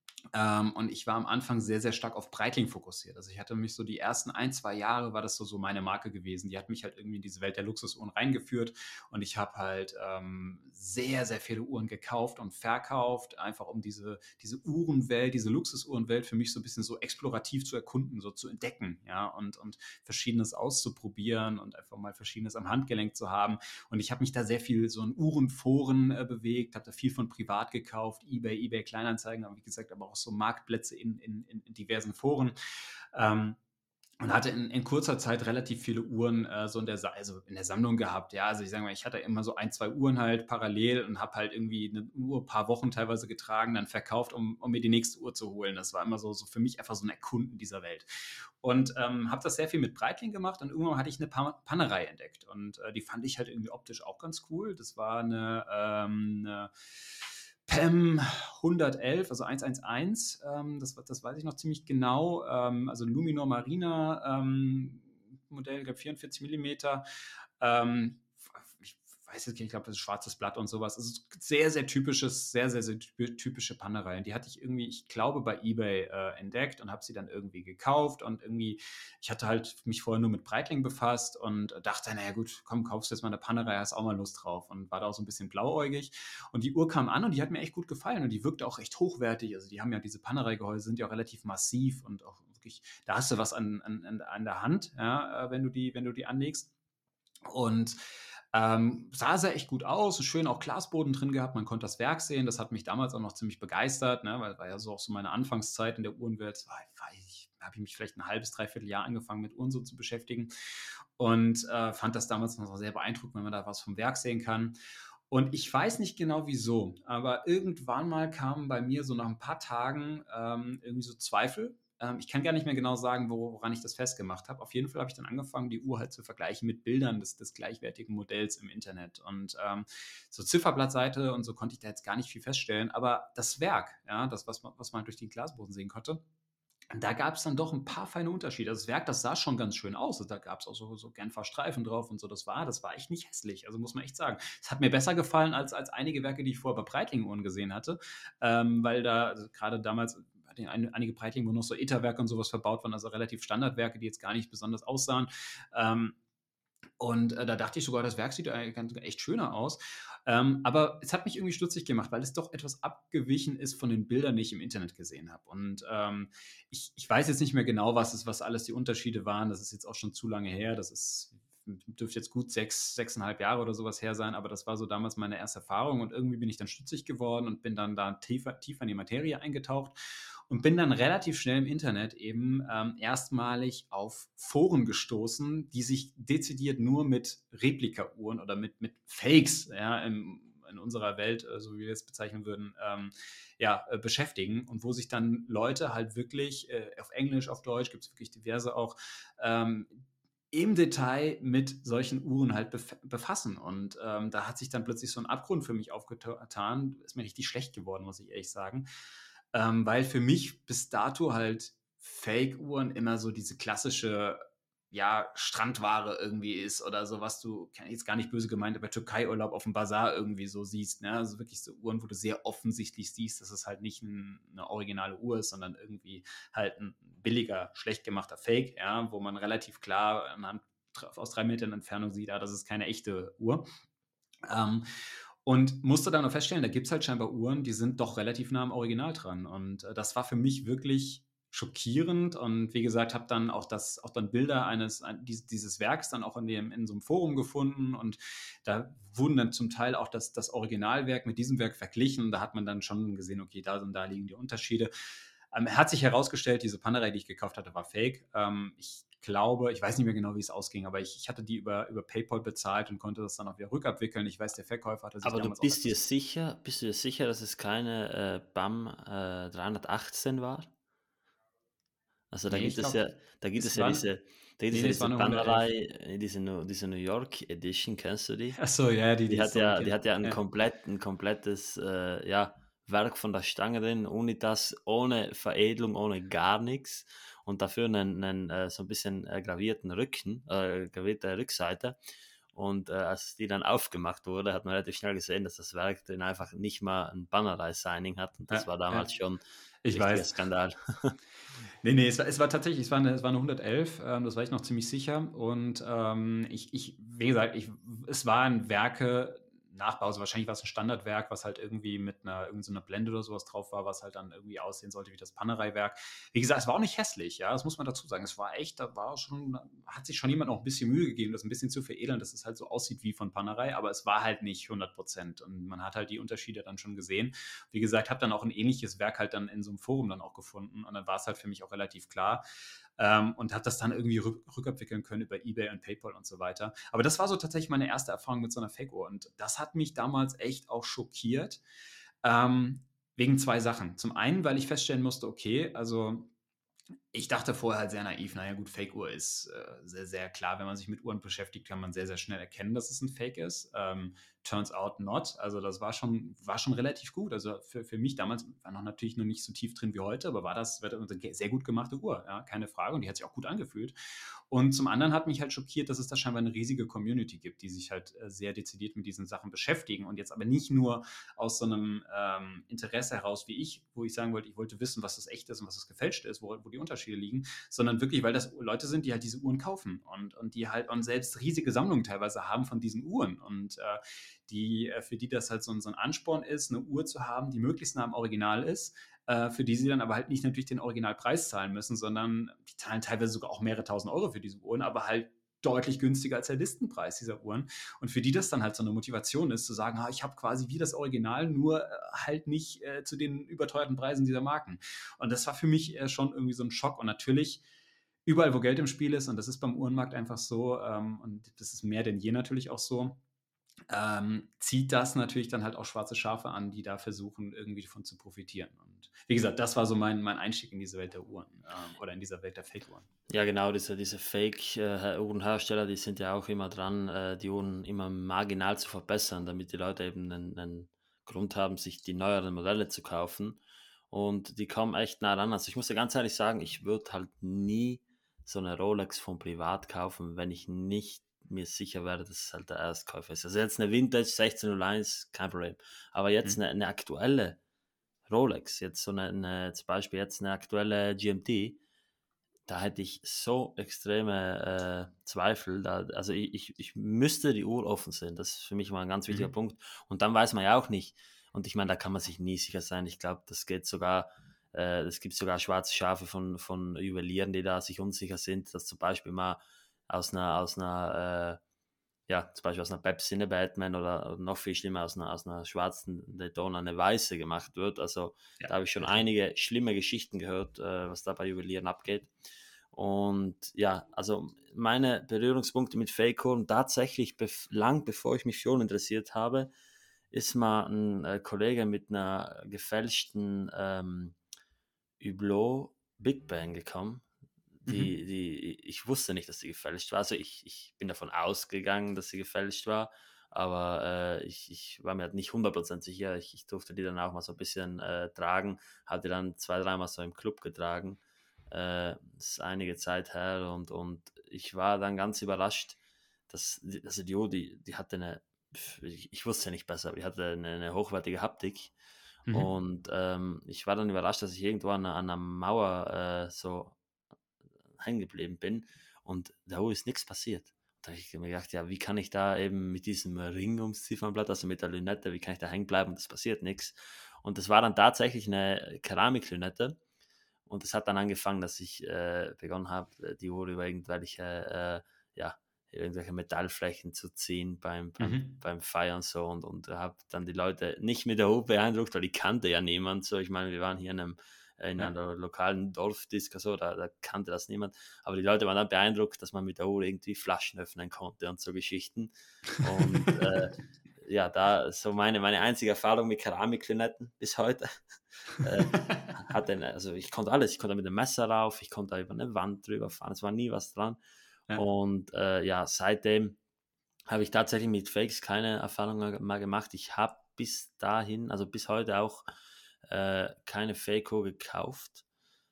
Ähm, und ich war am Anfang sehr, sehr stark auf Breitling fokussiert. Also ich hatte mich so die ersten ein, zwei Jahre war das so, so meine Marke gewesen. Die hat mich halt irgendwie in diese Welt der Luxusuhren reingeführt und ich habe halt ähm, sehr, sehr viele Uhren gekauft und verkauft, einfach um diese, diese Uhrenwelt, diese Luxusuhrenwelt für mich so ein bisschen so explorativ zu erkunden, so zu entdecken, ja, und, und Verschiedenes auszuprobieren und einfach mal Verschiedenes am Handgelenk zu haben. Und ich habe mich da sehr viel so in Uhrenforen äh, bewegt, habe da viel von privat gekauft, eBay, eBay Kleinanzeigen, aber wie gesagt, aber auch so Marktplätze in, in, in diversen Foren. Ähm, und hatte in in kurzer Zeit relativ viele Uhren, äh, so in der Sa also, in der Sammlung gehabt. Ja, also, ich sage mal, ich hatte immer so ein zwei Uhren halt parallel und habe halt irgendwie 'ne Uhr paar Wochen teilweise getragen, dann verkauft, um um mir die nächste Uhr zu holen. Das war immer so so für mich einfach so 'n Erkunden dieser Welt. Und, ähm, habe das sehr viel mit Breitling gemacht und irgendwann hatte ich 'ne Pa Panerai entdeckt und, äh, die fand ich halt irgendwie optisch auch ganz cool. Das war 'ne, ähm, 'ne PAM hundertelf, also eins eins eins, ähm, das das weiß ich noch ziemlich genau, ähm, also Luminor Marina, ähm, Modell, ich glaube vierundvierzig Millimeter. Ähm, ich weiß jetzt nicht, ich glaube, das ist schwarzes Blatt und sowas. Also sehr, sehr typisches, sehr, sehr, sehr typ- typische Paneerei. Und die hatte ich irgendwie, ich glaube, bei eBay äh, entdeckt und habe sie dann irgendwie gekauft und irgendwie, ich hatte halt mich vorher nur mit Breitling befasst und dachte, naja gut, komm, kaufst du jetzt mal eine Paneerei, hast auch mal Lust drauf und war da auch so ein bisschen blauäugig. Und die Uhr kam an und die hat mir echt gut gefallen und die wirkte auch recht hochwertig. Also die haben ja diese Paneerei-Gehäuse, sind ja auch relativ massiv und auch wirklich, da hast du was an, an, an der Hand, ja, äh, wenn du die, wenn du die anlegst. Und ähm, sah sehr echt gut aus, schön auch Glasboden drin gehabt, man konnte das Werk sehen, das hat mich damals auch noch ziemlich begeistert, ne, weil war ja so auch so meine Anfangszeit in der Uhrenwelt, war, war ich, habe ich mich vielleicht ein halbes, dreiviertel Jahr angefangen mit Uhren so zu beschäftigen und äh, fand das damals noch sehr beeindruckend, wenn man da was vom Werk sehen kann. Und ich weiß nicht genau wieso, aber irgendwann mal kamen bei mir so nach ein paar Tagen ähm, irgendwie so Zweifel. Ähm, ich kann gar nicht mehr genau sagen, wo, woran ich das festgemacht habe. Auf jeden Fall habe ich dann angefangen, die Uhr halt zu vergleichen mit Bildern des, des gleichwertigen Modells im Internet. Und ähm, so Zifferblattseite und so konnte ich da jetzt gar nicht viel feststellen. Aber das Werk, ja, das, was man, was man durch den Glasboden sehen konnte, da gab es dann doch ein paar feine Unterschiede. Also, das Werk, das sah schon ganz schön aus. Also, da gab es auch so so Genfer Streifen drauf und so. Das war das war echt nicht hässlich, also, muss man echt sagen. Es hat mir besser gefallen als als einige Werke, die ich vorher bei Breitling-Uhren gesehen hatte, ähm, weil da also, grade damals hatten ja ein einige Breitling, wo noch so ETA-Werke und sowas verbaut waren, also, relativ Standardwerke, die jetzt gar nicht besonders aussahen. Ähm, und, äh, da dachte ich sogar, das Werk sieht eigentlich ganz echt schöner aus. Ähm, aber es hat mich irgendwie stutzig gemacht, weil es doch etwas abgewichen ist von den Bildern, die ich im Internet gesehen habe. Und, ähm, ich ich weiß jetzt nicht mehr genau, was es was alles die Unterschiede waren. Das ist jetzt auch schon zu lange her. Das ist dürfte jetzt gut sechs sechseinhalb Jahre oder sowas her sein, aber das war so damals meine erste Erfahrung und irgendwie bin ich dann stutzig geworden und bin dann da tiefer tiefer in die Materie eingetaucht und bin dann relativ schnell im Internet eben ähm, erstmalig auf Foren gestoßen, die sich dezidiert nur mit Replikauhren oder mit, mit Fakes, ja, im, in unserer Welt, äh, so wie wir es bezeichnen würden, ähm, ja, äh, beschäftigen und wo sich dann Leute halt wirklich äh, auf Englisch, auf Deutsch, gibt es wirklich diverse auch, ähm, im Detail mit solchen Uhren halt bef befassen. Und ähm, da hat sich dann plötzlich so ein Abgrund für mich aufgetan. Ist mir richtig schlecht geworden, muss ich ehrlich sagen. Ähm, weil für mich bis dato halt Fake-Uhren immer so diese klassische, ja, Strandware irgendwie ist oder so, was du, jetzt gar nicht böse gemeint, aber Türkei-Urlaub auf dem Bazar irgendwie so siehst. Ne? Also wirklich so Uhren, wo du sehr offensichtlich siehst, dass es halt nicht ein, eine originale Uhr ist, sondern irgendwie halt ein billiger, schlecht gemachter Fake, ja, wo man relativ klar anhand, aus drei Metern Entfernung sieht, ah, das ist keine echte Uhr. Ähm, und musste dann auch feststellen, da gibt es halt scheinbar Uhren, die sind doch relativ nah am Original dran. Und äh, das war für mich wirklich schockierend. Und wie gesagt, habe dann auch das, auch dann Bilder eines ein, dies, dieses Werks dann auch in dem in so einem Forum gefunden. Und da wurden dann zum Teil auch das, das Originalwerk mit diesem Werk verglichen. Und da hat man dann schon gesehen, okay, da und da liegen die Unterschiede. Ähm, hat sich herausgestellt, diese Panerai, die ich gekauft hatte, war fake. Ähm, ich glaube, ich weiß nicht mehr genau, wie es ausging, aber ich, ich hatte die über, über PayPal bezahlt und konnte das dann auch wieder rückabwickeln. Ich weiß, der Verkäufer hatte sich Aber du damals auch bist dir etwas. sicher bist du dir sicher, dass es keine, äh, BAM, äh, dreihundertachtzehn war? Also, da Nee, gibt ich es glaube, ja da gibt es es ja war, diese da gibt es nee, ja nee, es war diese eine hundertelf. Panerai, äh, diese New diese New York Edition, kennst du die? Achso, ja, die, Die die hat Historic, ja die ja. hat ja ein Ja. komplett 'n komplettes, äh, ja, Werk von der Stange drin, Unitas, ohne Veredelung, ohne gar nix und dafür 'nen 'nen, äh, so 'n bisschen, äh, gravierten Rücken, äh, gravierte Rückseite. Und, äh, als die dann aufgemacht wurde, hat man relativ schnell gesehen, dass das Werk drin einfach nicht mal 'n Bannerlei-Signing hat und das Ja, war damals ja. schon 'n Ich richtiger weiß. Skandal. Ne, ne, es war es war tatsächlich, es war 'ne es war 'ne hundertelf, ähm, das war ich noch ziemlich sicher. Und, ähm, ich ich wie gesagt, ich es waren Werke Nachbau, also wahrscheinlich war's 'n Standardwerk, was halt irgendwie mit 'ner irgend so 'ner Blende oder so was drauf war, was halt dann irgendwie aussehen sollte wie das Panerai-Werk. Wie gesagt, es war auch nicht hässlich, ja, das muss man dazu sagen. Es war echt, da war schon, hat sich schon jemand auch 'n bisschen Mühe gegeben, das 'n bisschen zu veredeln, dass es halt so aussieht wie von Panerai, aber es war halt nicht hundert Prozent und man hat halt die Unterschiede dann schon gesehen. Wie gesagt, habe dann auch ein ähnliches Werk halt dann in so einem Forum dann auch gefunden und dann war es halt für mich auch relativ klar. ähm, und habe das dann irgendwie rück, rückabwickeln können über eBay und PayPal und so weiter. Aber das war so tatsächlich meine erste Erfahrung mit so einer Fake-Uhr und das hat mich damals echt auch schockiert, ähm, wegen zwei Sachen. Zum einen, weil ich feststellen musste, okay, also ich dachte vorher halt sehr naiv, naja gut, Fake-Uhr ist äh, sehr, sehr klar, wenn man sich mit Uhren beschäftigt, kann man sehr, sehr schnell erkennen, dass es ein Fake ist. Ähm, turns out not. Also das war schon, war schon relativ gut. Also für, für mich damals war noch natürlich noch nicht so tief drin wie heute, aber war das war das eine sehr gut gemachte Uhr, ja, keine Frage. Und die hat sich auch gut angefühlt. Und zum anderen hat mich halt schockiert, dass es da scheinbar eine riesige Community gibt, die sich halt äh, sehr dezidiert mit diesen Sachen beschäftigen und jetzt aber nicht nur aus so einem ähm, Interesse heraus wie ich, wo ich sagen wollte, ich wollte wissen, was das echt ist und was das gefälscht ist, wo, wo die Unterschiede liegen, sondern wirklich, weil das Leute sind, die halt diese Uhren kaufen und, und die halt und selbst riesige Sammlungen teilweise haben von diesen Uhren und äh, die, äh, für die das halt so, ein- so ein Ansporn ist, eine Uhr zu haben, die möglichst nah am Original ist, äh, für die sie dann aber halt nicht natürlich den Originalpreis zahlen müssen, sondern die zahlen teilweise sogar auch mehrere tausend Euro für diese Uhren, aber halt deutlich günstiger als der Listenpreis dieser Uhren. Und für die das dann halt so eine Motivation ist, zu sagen, ah, ich habe quasi wie das Original, nur äh, halt nicht äh, zu den überteuerten Preisen dieser Marken. Und das war für mich äh, schon irgendwie so ein Schock. Und natürlich überall, wo Geld im Spiel ist, und das ist beim Uhrenmarkt einfach so, ähm, und das ist mehr denn je natürlich auch so, ähm, zieht das natürlich dann halt auch schwarze Schafe an, die da versuchen, irgendwie davon zu profitieren. Und wie gesagt, das war so mein, mein Einstieg in diese Welt der Uhren ähm, oder in dieser Welt der Fake-Uhren. Ja, genau, diese, diese Fake-Uhrenhersteller, die sind ja auch immer dran, äh, die Uhren immer marginal zu verbessern, damit die Leute eben einen, einen Grund haben, sich die neueren Modelle zu kaufen. Und die kommen echt nah ran. Also ich muss dir ganz ehrlich sagen, ich würde halt nie so eine Rolex von privat kaufen, wenn ich nicht mir sicher wäre, dass es halt der Erstkäufer ist. Also jetzt eine Vintage sechzehn null eins, kein Problem. Aber jetzt Hm. eine, eine aktuelle Rolex, jetzt so eine, eine, zum Beispiel jetzt eine aktuelle G M T, da hätte ich so extreme äh, Zweifel. Da, also ich, ich, ich müsste die Uhr offen sehen. Das ist für mich mal ein ganz wichtiger Mhm. Punkt. Und dann weiß man ja auch nicht. Und ich meine, da kann man sich nie sicher sein. Ich glaube, das geht sogar, äh, es gibt sogar schwarze Schafe von, von Juwelieren, die da sich unsicher sind, dass zum Beispiel mal aus einer, aus einer, äh, ja, zum Beispiel aus einer Pepsi eine Batman oder noch viel schlimmer aus einer, aus einer schwarzen Daytona eine weiße gemacht wird. Also Ja, da habe ich schon fürchterlich. einige schlimme Geschichten gehört, äh, was da bei Juwelieren abgeht. Und ja, also meine Berührungspunkte mit Fake-Uhren tatsächlich bef lang bevor ich mich für Uhren interessiert habe, ist mal ein äh, Kollege mit einer gefälschten ähm, Hublot Big Bang gekommen. Mhm. Die, die, ich wusste nicht, dass sie gefälscht war. Also ich, ich bin davon ausgegangen, dass sie gefälscht war, aber äh, ich, ich war mir halt nicht hundert Prozent sicher. Ich, ich durfte die dann auch mal so ein bisschen äh, tragen, hatte dann zwei, dreimal so im Club getragen. Äh, das ist einige Zeit her und, und ich war dann ganz überrascht, dass die- also die Uhr, die, die hatte eine, ich, ich wusste ja nicht besser, aber die hatte eine, eine hochwertige Haptik. Mhm. Und ähm, ich war dann überrascht, dass ich irgendwo an, einer- an einer Mauer äh, so hängen geblieben bin und da ist nichts passiert. Da habe ich mir gedacht, ja, wie kann ich da eben mit diesem Ring ums Ziffernblatt, also mit der Lünette, wie kann ich da hängen bleiben und es passiert nichts. Und das war dann tatsächlich eine Keramiklünette und es hat dann angefangen, dass ich äh, begonnen habe, die Uhr über irgendwelche, äh, ja, irgendwelche Metallflächen zu ziehen beim, beim, Mhm. beim Feiern so und, und habe dann die Leute nicht mit der Uhr beeindruckt, weil ich kannte ja niemand so. Ich meine, wir waren hier in einem in Ja. einer lokalen Dorfdisco, so, da, da kannte das niemand. Aber die Leute waren dann beeindruckt, dass man mit der Uhr irgendwie Flaschen öffnen konnte und so Geschichten. Und äh, ja, da so meine, meine einzige Erfahrung mit Keramiklünetten bis heute. äh, hatte, also ich konnte alles, ich konnte mit dem Messer rauf, ich konnte über eine Wand drüber fahren, es war nie was dran. Ja. Und äh, ja, seitdem habe ich tatsächlich mit Fakes keine Erfahrung mehr gemacht. Ich habe bis dahin, also bis heute auch äh, keine Fake-Uhr gekauft.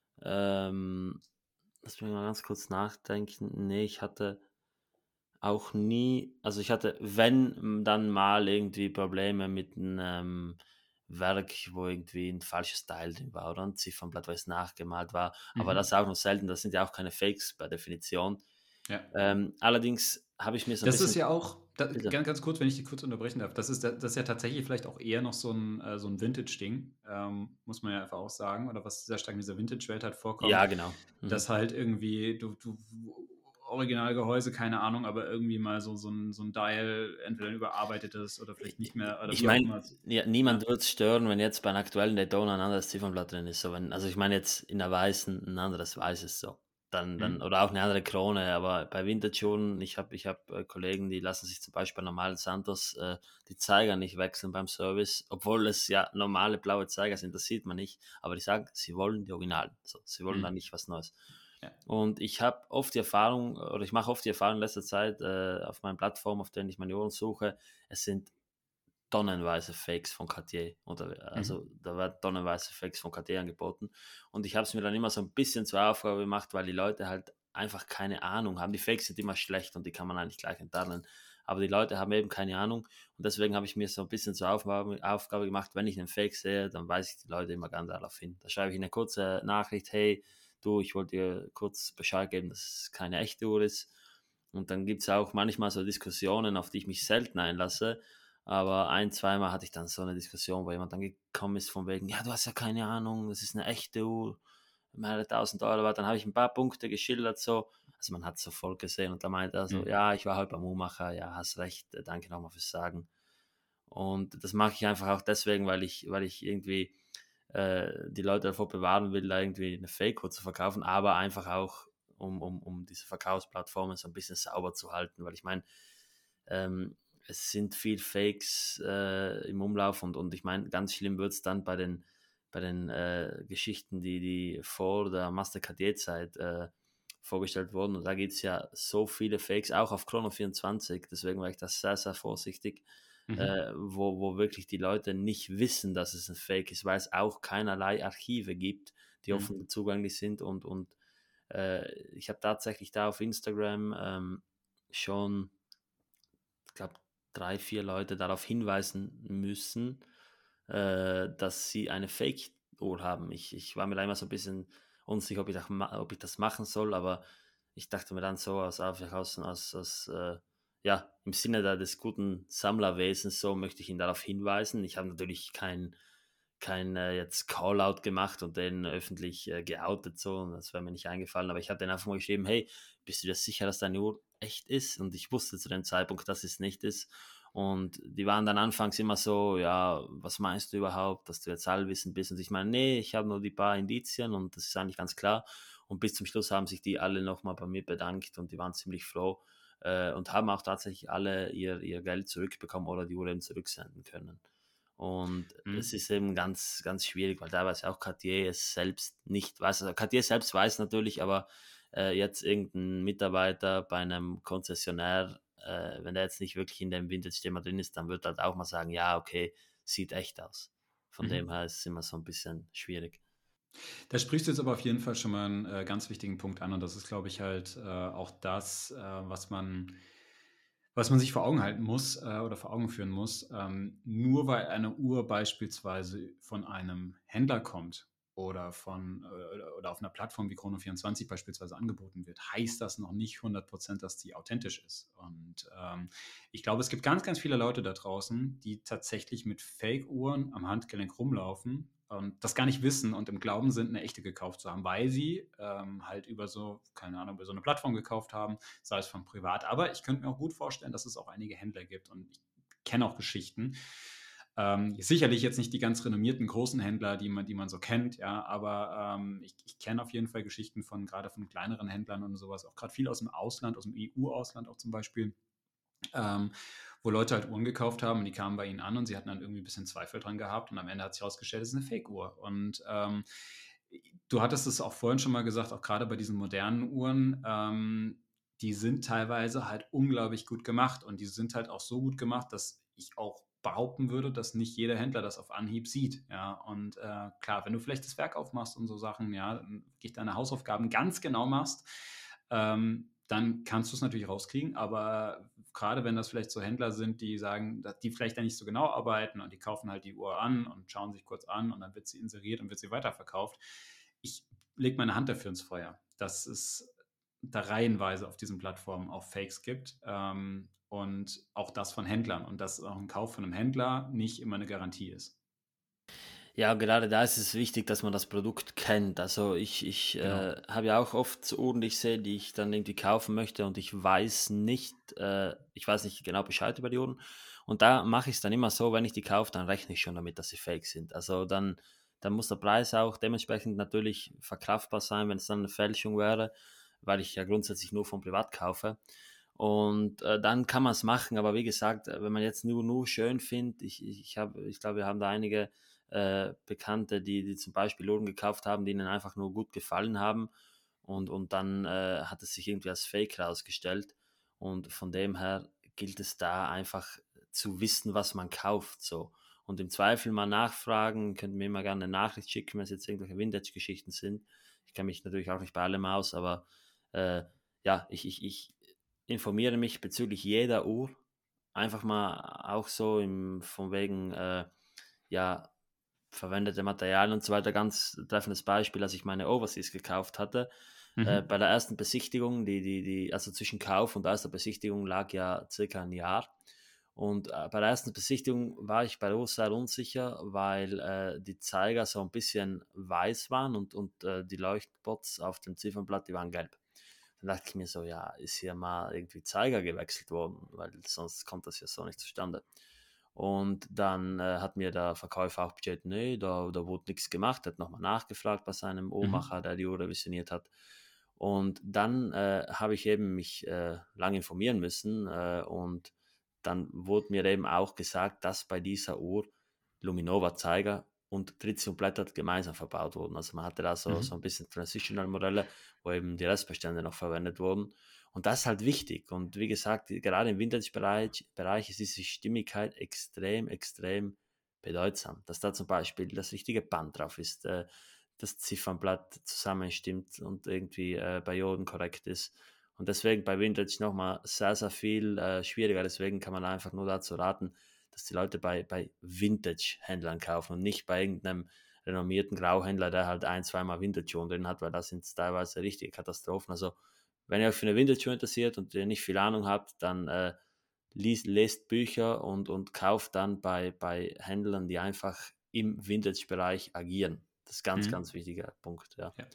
Ähm, Lass mich mal ganz kurz nachdenken. Nee, ich hatte auch nie, also ich hatte, wenn dann mal irgendwie Probleme mit einem Werk, wo irgendwie ein falsches Teil drin war oder ein Ziffernblatt, weil es nachgemalt war. Aber das Mhm. ist auch nur selten, das sind ja auch keine Fakes per Definition. Ja. Ähm, allerdings habe ich mir so ein Das ist bisschen, ja auch, da, bitte. ganz, ganz kurz, wenn ich dich kurz unterbrechen darf, das ist, das ist ja tatsächlich vielleicht auch eher noch so ein, äh, so ein Vintage-Ding, ähm, muss man ja einfach auch sagen, oder was sehr stark in dieser Vintage-Welt halt vorkommt, Ja, genau. Mhm. dass halt irgendwie du, du Originalgehäuse, keine Ahnung, aber irgendwie mal so, so ein, so ein Dial entweder ein überarbeitetes oder vielleicht nicht mehr, oder Ich wie auch meine, immer. ja, Ja, niemand wird es stören, wenn jetzt bei einer aktuellen Daytona ein anderes Ziffernblatt drin ist. So, wenn, also ich meine jetzt in der weißen ein anderes weißes so. dann, dann, Mhm. oder auch eine andere Krone, aber bei Vintage-Uhren, ich habe ich hab, äh, Kollegen, die lassen sich zum Beispiel bei normalen Santos äh, die Zeiger nicht wechseln beim Service, obwohl es ja normale blaue Zeiger sind, das sieht man nicht, aber die sagen, sie wollen die Originalen, so, sie wollen da Mhm. nicht was Neues. Ja. Und ich habe oft die Erfahrung, oder ich mache oft die Erfahrung in letzter Zeit äh, auf meinen Plattformen, auf denen ich meine Uhren suche, es sind tonnenweise Fakes von Cartier. Oder, Mhm. also da werden tonnenweise Fakes von Cartier angeboten. Und ich habe es mir dann immer so ein bisschen zur Aufgabe gemacht, weil die Leute halt einfach keine Ahnung haben. Die Fakes sind immer schlecht und die kann man eigentlich gleich enttarnen. Aber die Leute haben eben keine Ahnung. Und deswegen habe ich mir so ein bisschen zur Aufgabe, Aufgabe gemacht, wenn ich einen Fake sehe, dann weise ich die Leute immer ganz darauf hin. Da schreibe ich eine kurze Nachricht, hey, du, ich wollte dir kurz Bescheid geben, dass es keine echte Uhr ist. Und dann gibt es auch manchmal so Diskussionen, auf die ich mich selten einlasse. Aber ein, zweimal hatte ich dann so eine Diskussion, wo jemand dann gekommen ist von wegen, ja, du hast ja keine Ahnung, das ist eine echte Uhr, mehrere tausend Euro war. Dann habe ich ein paar Punkte geschildert, so. Also man hat es sofort gesehen und da meinte er so, Mhm. ja, ich war halt beim Uhrmacher, ja, hast recht, äh, danke nochmal fürs Sagen. Und das mache ich einfach auch deswegen, weil ich, weil ich irgendwie äh, die Leute davor bewahren will, da irgendwie eine Fake-Uhr zu verkaufen, aber einfach auch, um, um, um diese Verkaufsplattformen so ein bisschen sauber zu halten, weil ich meine, ähm, es sind viel Fakes äh, im Umlauf und, und ich meine, ganz schlimm wird es dann bei den, bei den äh, Geschichten, die, die vor der Master-K D-Zeit äh, vorgestellt wurden. Und da gibt es ja so viele Fakes, auch auf Chrono vierundzwanzig, deswegen war ich da sehr, sehr vorsichtig, Mhm. äh, wo, wo wirklich die Leute nicht wissen, dass es ein Fake ist, weil es auch keinerlei Archive gibt, die Mhm. offen zugänglich sind und, und äh, ich habe tatsächlich da auf Instagram ähm, schon, ich glaube, drei, vier Leute darauf hinweisen müssen, äh, dass sie eine Fake-Uhr haben. Ich, ich war mir da immer so ein bisschen unsicher, ob ich, das, ob ich das machen soll, aber ich dachte mir dann so aus, aus, aus, aus äh, ja, im Sinne da des guten Sammlerwesens, so möchte ich ihn darauf hinweisen. Ich habe natürlich kein, kein äh, jetzt Callout gemacht und den öffentlich äh, geoutet, so, und das wäre mir nicht eingefallen, aber ich habe den einfach mal geschrieben, hey, bist du dir sicher, dass deine Uhr echt ist? Und ich wusste zu dem Zeitpunkt, dass es nicht ist. Und die waren dann anfangs immer so, ja, was meinst du überhaupt, dass du jetzt allwissend bist? Und ich meine, nee, ich habe nur die paar Indizien und das ist eigentlich ganz klar. Und bis zum Schluss haben sich die alle nochmal bei mir bedankt und die waren ziemlich froh äh, und haben auch tatsächlich alle ihr, ihr Geld zurückbekommen oder die Uhr eben zurücksenden können. Und es Mhm. ist eben ganz, ganz schwierig, weil teilweise auch Cartier es selbst nicht weiß. Also Cartier selbst weiß natürlich, aber äh, jetzt irgendein Mitarbeiter bei einem Konzessionär, äh, wenn der jetzt nicht wirklich in dem Vintage-Thema drin ist, dann wird er halt auch mal sagen, ja, okay, sieht echt aus. Von dem Mhm. her ist es immer so ein bisschen schwierig. Da sprichst du jetzt aber auf jeden Fall schon mal einen äh, ganz wichtigen Punkt an und das ist, glaube ich, halt äh, auch das, äh, was man, was man sich vor Augen halten muss äh, oder vor Augen führen muss. Ähm, nur weil eine Uhr beispielsweise von einem Händler kommt oder von äh, oder auf einer Plattform wie Chrono vierundzwanzig beispielsweise angeboten wird, heißt das noch nicht hundert Prozent, dass die authentisch ist. Und ähm, ich glaube, es gibt ganz, ganz viele Leute da draußen, die tatsächlich mit Fake-Uhren am Handgelenk rumlaufen und das gar nicht wissen und im Glauben sind, eine echte gekauft zu haben, weil sie ähm, halt über so, keine Ahnung, über so eine Plattform gekauft haben, sei es von privat. Aber ich könnte mir auch gut vorstellen, dass es auch einige Händler gibt und ich kenne auch Geschichten. Ähm, sicherlich jetzt nicht die ganz renommierten großen Händler, die man, die man so kennt, ja, aber ähm, ich, ich kenne auf jeden Fall Geschichten von gerade von kleineren Händlern und sowas, auch gerade viel aus dem Ausland, aus dem E U-Ausland auch zum Beispiel, ähm, wo Leute halt Uhren gekauft haben und die kamen bei ihnen an und sie hatten dann irgendwie ein bisschen Zweifel dran gehabt und am Ende hat sich herausgestellt, es ist eine Fake-Uhr. Und ähm, du hattest es auch vorhin schon mal gesagt, auch gerade bei diesen modernen Uhren, ähm, die sind teilweise halt unglaublich gut gemacht und die sind halt auch so gut gemacht, dass ich auch behaupten würde, dass nicht jeder Händler das auf Anhieb sieht. Ja, und äh, klar, wenn du vielleicht das Werk aufmachst und so Sachen, ja, wirklich deine Hausaufgaben ganz genau machst, ähm, dann kannst du es natürlich rauskriegen. Aber gerade wenn das vielleicht so Händler sind, die sagen, dass die vielleicht da nicht so genau arbeiten und die kaufen halt die Uhr an und schauen sich kurz an und dann wird sie inseriert und wird sie weiterverkauft. Ich lege meine Hand dafür ins Feuer, dass es da reihenweise auf diesen Plattformen auch Fakes gibt. Ähm, und auch das von Händlern und dass auch ein Kauf von einem Händler nicht immer eine Garantie ist. Ja, gerade da ist es wichtig, dass man das Produkt kennt. Also ich, ich Genau. äh, habe ja auch oft so Uhren, die ich sehe, die ich dann irgendwie kaufen möchte und ich weiß nicht, äh, ich weiß nicht genau Bescheid über die Uhren. Und da mache ich es dann immer so, wenn ich die kaufe, dann rechne ich schon damit, dass sie fake sind. Also dann, dann muss der Preis auch dementsprechend natürlich verkraftbar sein, wenn es dann eine Fälschung wäre. weil ich ja grundsätzlich nur von privat kaufe. Und äh, dann kann man es machen, aber wie gesagt, äh, wenn man jetzt nur, nur schön findet, ich, ich, ich, hab, ich glaube, wir haben da einige äh, Bekannte, die, die zum Beispiel Uhren gekauft haben, die ihnen einfach nur gut gefallen haben und, und dann äh, hat es sich irgendwie als Fake herausgestellt und von dem her gilt es da einfach zu wissen, was man kauft, so. Und im Zweifel mal nachfragen, könnt mir immer gerne eine Nachricht schicken, wenn es jetzt irgendwelche Vintage-Geschichten sind. Ich kenne mich natürlich auch nicht bei allem aus, aber äh, ja, ich, ich, ich informiere mich bezüglich jeder Uhr. Einfach mal auch so im, von wegen, äh, ja, verwendete Materialien und so weiter. Ganz treffendes Beispiel, als ich meine Overseas gekauft hatte. Äh, Mhm. bei der ersten Besichtigung, die, die, die, also zwischen Kauf und erster Besichtigung lag ja circa ein Jahr. Und äh, bei der ersten Besichtigung war ich bei Uhr sehr unsicher, weil äh, die Zeiger so ein bisschen weiß waren und, und äh, die Leuchtbots auf dem Ziffernblatt, die waren gelb. Dann dachte ich mir so, ja, ist hier mal irgendwie Zeiger gewechselt worden, weil sonst kommt das ja so nicht zustande. Und dann äh, hat mir der Verkäufer auch bestätigt, nee, da, da wurde nichts gemacht, hat nochmal nachgefragt bei seinem Mhm. Uhrmacher, der die Uhr revisioniert hat. Und dann äh, habe ich eben mich äh, lange informieren müssen äh, und dann wurde mir eben auch gesagt, dass bei dieser Uhr Luminova-Zeiger und Tritiumblätter gemeinsam verbaut wurden. Also man hatte da so, so ein Mhm. bisschen Transitional-Modelle, wo eben die Restbestände noch verwendet wurden. Und das ist halt wichtig. Und wie gesagt, gerade im Vintage-Bereich Bereich ist diese Stimmigkeit extrem, extrem bedeutsam. Dass da zum Beispiel das richtige Band drauf ist, äh, das Ziffernblatt zusammenstimmt und irgendwie äh, bei Joden korrekt ist. Und deswegen bei Vintage nochmal sehr, sehr viel äh, schwieriger. Deswegen kann man einfach nur dazu raten, dass die Leute bei, bei Vintage-Händlern kaufen und nicht bei irgendeinem renommierten Grauhändler, der halt ein, zweimal Vintage-Schuhe drin hat, weil das sind teilweise richtige Katastrophen. Also wenn ihr euch für eine Vintage-Schuhe interessiert und ihr nicht viel Ahnung habt, dann äh, liest, lest Bücher und, und kauft dann bei, bei Händlern, die einfach im Vintage-Bereich agieren. Das ist ganz, ganz Mhm. wichtiger Punkt, ja. Ja.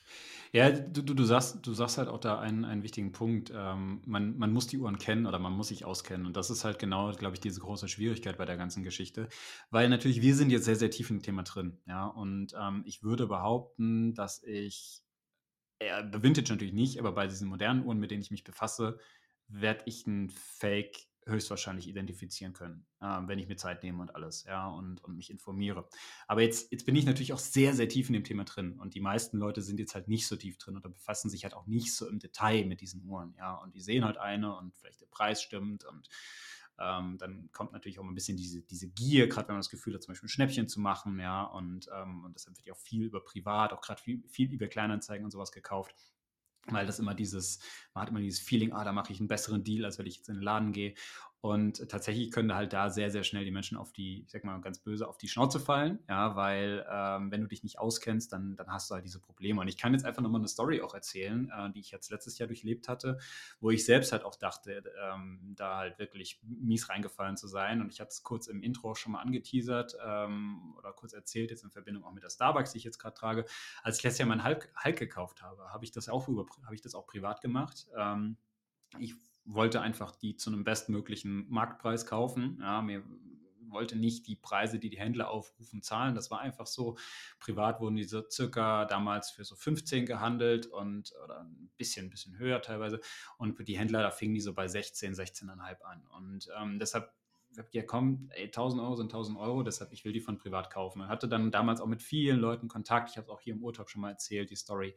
Ja, du, du, du sagst, du sagst halt auch da einen, einen wichtigen Punkt. Ähm, man, man muss die Uhren kennen oder man muss sich auskennen. Und das ist halt genau, glaube ich, diese große Schwierigkeit bei der ganzen Geschichte. Weil natürlich, wir sind jetzt sehr, sehr tief im Thema drin. Ja, und ähm, ich würde behaupten, dass ich, äh, bei Vintage natürlich nicht, aber bei diesen modernen Uhren, mit denen ich mich befasse, werde ich ein Fake höchstwahrscheinlich identifizieren können, ähm, wenn ich mir Zeit nehme und alles, ja, und, und mich informiere. Aber jetzt, jetzt bin ich natürlich auch sehr, sehr tief in dem Thema drin und die meisten Leute sind jetzt halt nicht so tief drin oder befassen sich halt auch nicht so im Detail mit diesen Uhren, ja, und die sehen halt eine und vielleicht der Preis stimmt und ähm, dann kommt natürlich auch mal ein bisschen diese, diese Gier, gerade wenn man das Gefühl hat, zum Beispiel ein Schnäppchen zu machen, ja, und, ähm, und deshalb wird ja auch viel über privat, auch gerade viel, viel über Kleinanzeigen und sowas gekauft, weil das immer dieses, man hat immer dieses Feeling, ah, da mache ich einen besseren Deal, als wenn ich jetzt in den Laden gehe. Und tatsächlich können halt da sehr, sehr schnell die Menschen auf die, ich sag mal ganz böse, auf die Schnauze fallen, ja, weil ähm, wenn du dich nicht auskennst, dann, dann hast du halt diese Probleme. Und ich kann jetzt einfach nochmal eine Story auch erzählen, äh, die ich jetzt letztes Jahr durchlebt hatte, wo ich selbst halt auch dachte, ähm, da halt wirklich mies reingefallen zu sein. Und ich hatte es kurz im Intro schon mal angeteasert ähm, oder kurz erzählt, jetzt in Verbindung auch mit der Starbucks, die ich jetzt gerade trage. Als ich letztes Jahr meinen Hulk, Hulk gekauft habe, habe ich das auch über, habe ich das auch privat gemacht. Ähm, ich wollte einfach die zu einem bestmöglichen Marktpreis kaufen. Ja, mir wollte nicht die Preise, die die Händler aufrufen, zahlen. Das war einfach so. Privat wurden diese circa damals für so fünfzehn gehandelt und oder ein bisschen, ein bisschen höher teilweise. Und für die Händler, da fingen die so bei sechzehn, sechzehn Komma fünf an. Und ähm, deshalb ja komm, ey, tausend Euro sind tausend Euro, deshalb ich will die von privat kaufen. Ich hatte dann damals auch mit vielen Leuten Kontakt. Ich habe es auch hier im Urtalk schon mal erzählt, die Story.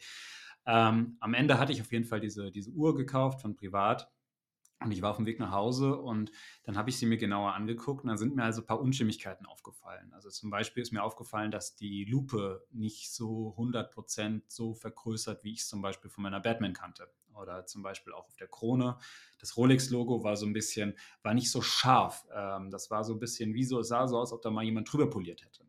Ähm, am Ende hatte ich auf jeden Fall diese, diese Uhr gekauft von privat. Und ich war auf dem Weg nach Hause und dann habe ich sie mir genauer angeguckt und dann sind mir also ein paar Unstimmigkeiten aufgefallen. Also zum Beispiel ist mir aufgefallen, dass die Lupe nicht so hundert Prozent so vergrößert, wie ich es zum Beispiel von meiner Batman kannte. Oder zum Beispiel auch auf der Krone. Das Rolex-Logo war so ein bisschen, war nicht so scharf. Ähm, das war so ein bisschen wie so, es sah so aus, ob da mal jemand drüber poliert hätte.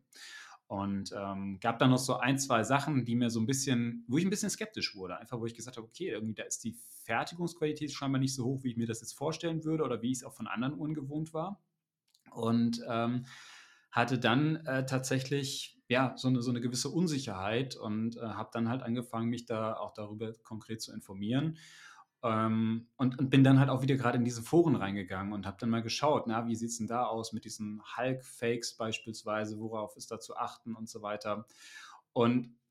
Und ähm, gab dann noch so ein, zwei Sachen, die mir so ein bisschen, wo ich ein bisschen skeptisch wurde. Einfach, wo ich gesagt habe, okay, irgendwie da ist die Fertigungsqualität scheinbar nicht so hoch, wie ich mir das jetzt vorstellen würde oder wie ich es auch von anderen Uhren gewohnt war. Und ähm, hatte dann äh, tatsächlich ja so eine, so eine gewisse Unsicherheit und äh, habe dann halt angefangen, mich da auch darüber konkret zu informieren. Ähm, und, und bin dann halt auch wieder gerade in diese Foren reingegangen und habe dann mal geschaut, na, wie sieht es denn da aus mit diesen Hulk-Fakes beispielsweise, worauf ist da zu achten und so weiter. Und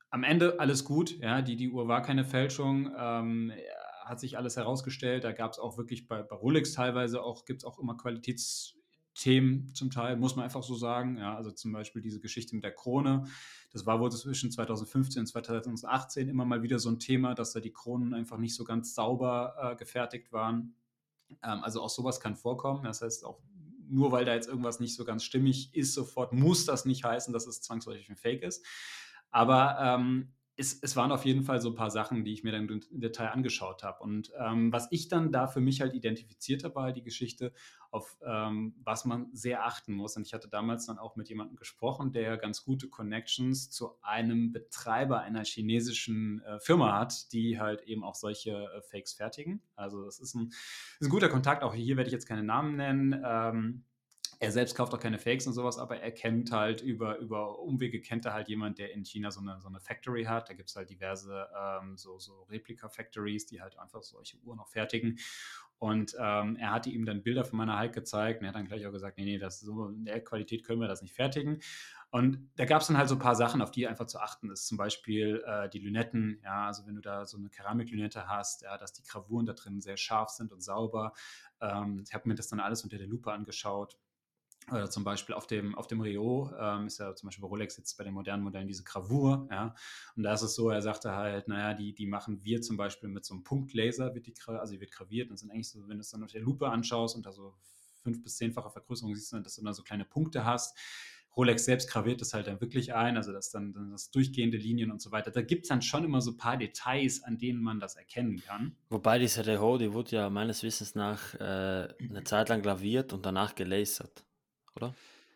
Am Ende alles gut, ja, die die Uhr war keine Fälschung, ähm, hat sich alles herausgestellt. Da gab's auch wirklich bei bei Rolex teilweise auch gibt's auch immer Qualitätsthemen zum Teil, muss man einfach so sagen. Ja, also zum Beispiel diese Geschichte mit der Krone. Das war wohl zwischen zweitausendfünfzehn und zweitausendachtzehn immer mal wieder so ein Thema, dass da die Kronen einfach nicht so ganz sauber, äh, gefertigt waren. Ähm, also auch sowas kann vorkommen. Das heißt auch, nur weil da jetzt irgendwas nicht so ganz stimmig ist, sofort muss das nicht heißen, dass es zwangsläufig ein Fake ist. Aber ähm, es, es waren auf jeden Fall so ein paar Sachen, die ich mir dann im Detail angeschaut habe. Und ähm, was ich dann da für mich halt identifiziert habe, war halt die Geschichte, auf ähm, was man sehr achten muss. Und ich hatte damals dann auch mit jemandem gesprochen, der ganz gute Connections zu einem Betreiber einer chinesischen äh, Firma hat, die halt eben auch solche äh, Fakes fertigen. Also das ist ein, ist ein guter Kontakt. Auch hier werde ich jetzt keine Namen nennen. Ähm, er selbst kauft auch keine Fakes und sowas, aber er kennt halt über, über Umwege, kennt er halt jemand, der in China so eine, so eine Factory hat. Da gibt es halt diverse ähm, so, so Replika-Factories, die halt einfach solche Uhren noch fertigen. Und ähm, er hatte ihm dann Bilder von meiner Hulk gezeigt und er hat dann gleich auch gesagt, nee, nee, das so in der Qualität können wir das nicht fertigen. Und da gab es dann halt so ein paar Sachen, auf die einfach zu achten ist. Zum Beispiel äh, die Lünetten, ja, also wenn du da so eine Keramiklünette hast, ja, dass die Gravuren da drin sehr scharf sind und sauber. Ähm, ich habe mir das dann alles unter der Lupe angeschaut. Oder zum Beispiel auf dem, auf dem Rio ähm, ist ja zum Beispiel bei Rolex jetzt bei den modernen Modellen diese Gravur, ja. Und da ist es so, er sagte halt, naja, die, die machen wir zum Beispiel mit so einem Punktlaser, wird die, also die wird graviert. Und das sind eigentlich so, wenn du es dann auf der Lupe anschaust und da so fünf- bis zehnfache Vergrößerung siehst, dass du dann so kleine Punkte hast. Rolex selbst graviert das halt dann wirklich ein, also das dann, dann das durchgehende Linien und so weiter. Da gibt es dann schon immer so ein paar Details, an denen man das erkennen kann. Wobei diese Reho, die wurde ja meines Wissens nach äh, eine Zeit lang graviert und danach gelasert, oder?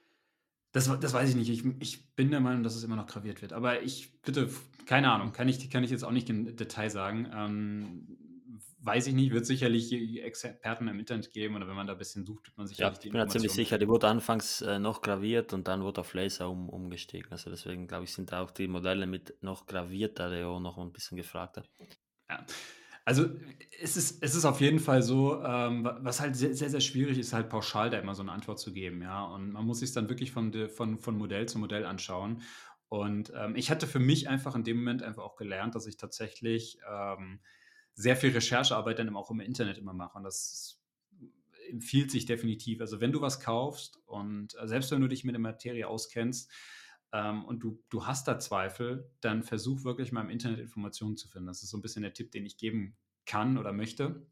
Das, das weiß ich nicht. Ich, ich bin der Meinung, dass es immer noch graviert wird. Aber ich bitte, keine Ahnung, kann ich, kann ich jetzt auch nicht im Detail sagen. Ähm, weiß ich nicht, wird sicherlich Experten im Internet geben oder wenn man da ein bisschen sucht, wird man Ja, sicherlich die ich bin ja ziemlich Informationen sicher, die finden. wurde anfangs äh, noch graviert und dann wurde auf Laser um, umgestiegen. Also deswegen glaube ich, sind auch die Modelle mit noch gravierter Reho noch ein bisschen gefragter. Ja. Also es ist, es ist auf jeden Fall so, ähm, was halt sehr, sehr, sehr schwierig ist, halt pauschal da immer so eine Antwort zu geben, ja. Und man muss sich dann wirklich von, de, von, von Modell zu Modell anschauen. Und ähm, ich hatte für mich einfach in dem Moment einfach auch gelernt, dass ich tatsächlich ähm, sehr viel Recherchearbeit dann auch im Internet immer mache. Und das empfiehlt sich definitiv. Also wenn du was kaufst und äh, selbst wenn du dich mit der Materie auskennst, ähm, und du, du hast da Zweifel, dann versuch wirklich mal im Internet Informationen zu finden. Das ist so ein bisschen der Tipp, den ich geben kann oder möchte.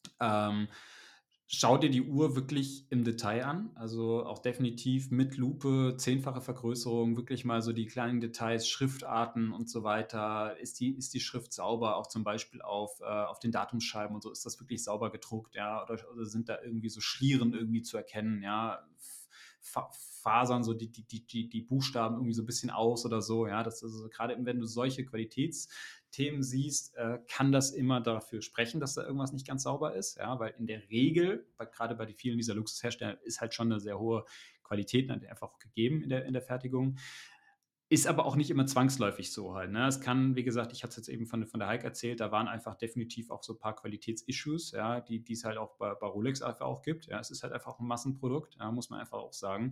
Ähm, Schau dir die Uhr wirklich im Detail an, also auch definitiv mit Lupe, zehnfache Vergrößerung, wirklich mal so die kleinen Details, Schriftarten und so weiter. Ist die, ist die Schrift sauber, auch zum Beispiel auf, äh, auf den Datumsscheiben und so, ist das wirklich sauber gedruckt, ja, oder, oder sind da irgendwie so Schlieren irgendwie zu erkennen, ja, Fa Fasern so die, die, die, die, die Buchstaben irgendwie so ein bisschen aus oder so, ja, das ist also gerade wenn du solche Qualitätsthemen siehst, äh, kann das immer dafür sprechen, dass da irgendwas nicht ganz sauber ist, ja, weil in der Regel, bei, gerade bei vielen dieser Luxushersteller, ist halt schon eine sehr hohe Qualität einfach auch gegeben in der, in der Fertigung. Ist aber auch nicht immer zwangsläufig so halt, ne? Es kann, wie gesagt, ich hatte es jetzt eben von, von der Hulk erzählt, da waren einfach definitiv auch so ein paar Qualitätsissues, ja, die die es halt auch bei, bei Rolex einfach auch gibt. Ja, es ist halt einfach ein Massenprodukt, ja, muss man einfach auch sagen.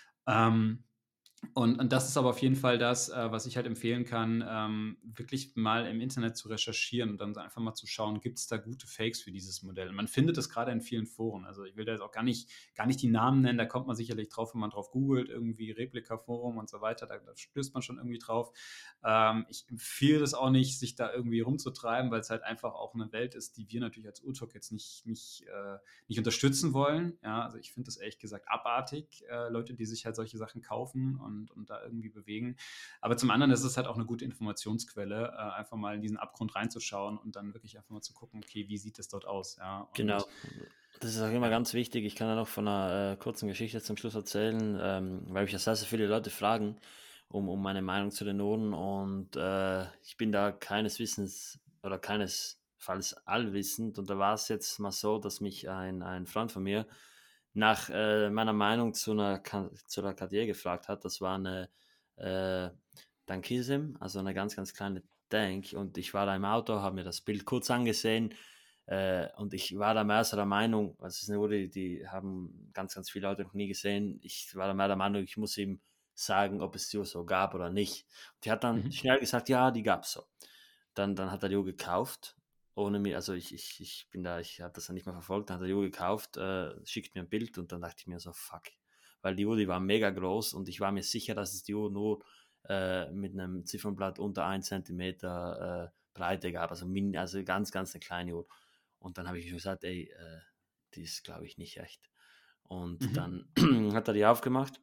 Ähm, und, und das ist aber auf jeden Fall das, äh, was ich halt empfehlen kann, ähm, wirklich mal im Internet zu recherchieren und dann so einfach mal zu schauen, gibt es da gute Fakes für dieses Modell? Und man findet es gerade in vielen Foren. Also ich will da jetzt auch gar nicht, gar nicht die Namen nennen, da kommt man sicherlich drauf, wenn man drauf googelt, irgendwie Replika-Forum und so weiter, da, da stößt man schon irgendwie drauf. Ähm, ich empfehle das auch nicht, sich da irgendwie rumzutreiben, weil es halt einfach auch eine Welt ist, die wir natürlich als Urtalk jetzt nicht, nicht, äh, nicht unterstützen wollen. Ja, also ich finde das ehrlich gesagt abartig, äh, Leute, die sich halt solche Sachen kaufen und, und da irgendwie bewegen. Aber zum anderen ist es halt auch eine gute Informationsquelle, äh, einfach mal in diesen Abgrund reinzuschauen und dann wirklich einfach mal zu gucken, okay, wie sieht es dort aus? Ja, und Genau. Das ist auch immer ja. ganz wichtig. Ich kann ja noch von einer äh, kurzen Geschichte zum Schluss erzählen, ähm, weil mich ja sehr, sehr viele Leute fragen um, um meine Meinung zu den Uhren und äh, ich bin da keines Wissens oder keinesfalls allwissend und da war es jetzt mal so, dass mich ein, ein Freund von mir nach äh, meiner Meinung zu einer, Ka- zu einer Cartier gefragt hat. Das war eine äh, Dankism, also eine ganz, ganz kleine Tank und ich war da im Auto, habe mir das Bild kurz angesehen äh, und ich war da mehr so der Meinung, also es ist eine Uhr, die, die haben ganz, ganz viele Leute noch nie gesehen. Ich war da mehr der Meinung, ich muss ihm sagen, ob es die Uhr so gab oder nicht. Die hat dann Mhm. schnell gesagt, ja, die gab's so. Dann dann hat er die Uhr gekauft, ohne mir also ich ich ich bin da ich habe das dann nicht mehr verfolgt. Dann hat er die Uhr gekauft, äh, schickt mir ein Bild und dann dachte ich mir so: „Fuck." Weil die Uhr, die war mega groß und ich war mir sicher, dass es die Uhr nur, äh, mit einem Ziffernblatt unter ein Zentimeter, äh, Breite gab, also min also ganz, ganz eine kleine Uhr. Und dann habe ich gesagt: „Ey, äh, die ist, glaube ich, nicht echt." Und Mhm. dann hat er die aufgemacht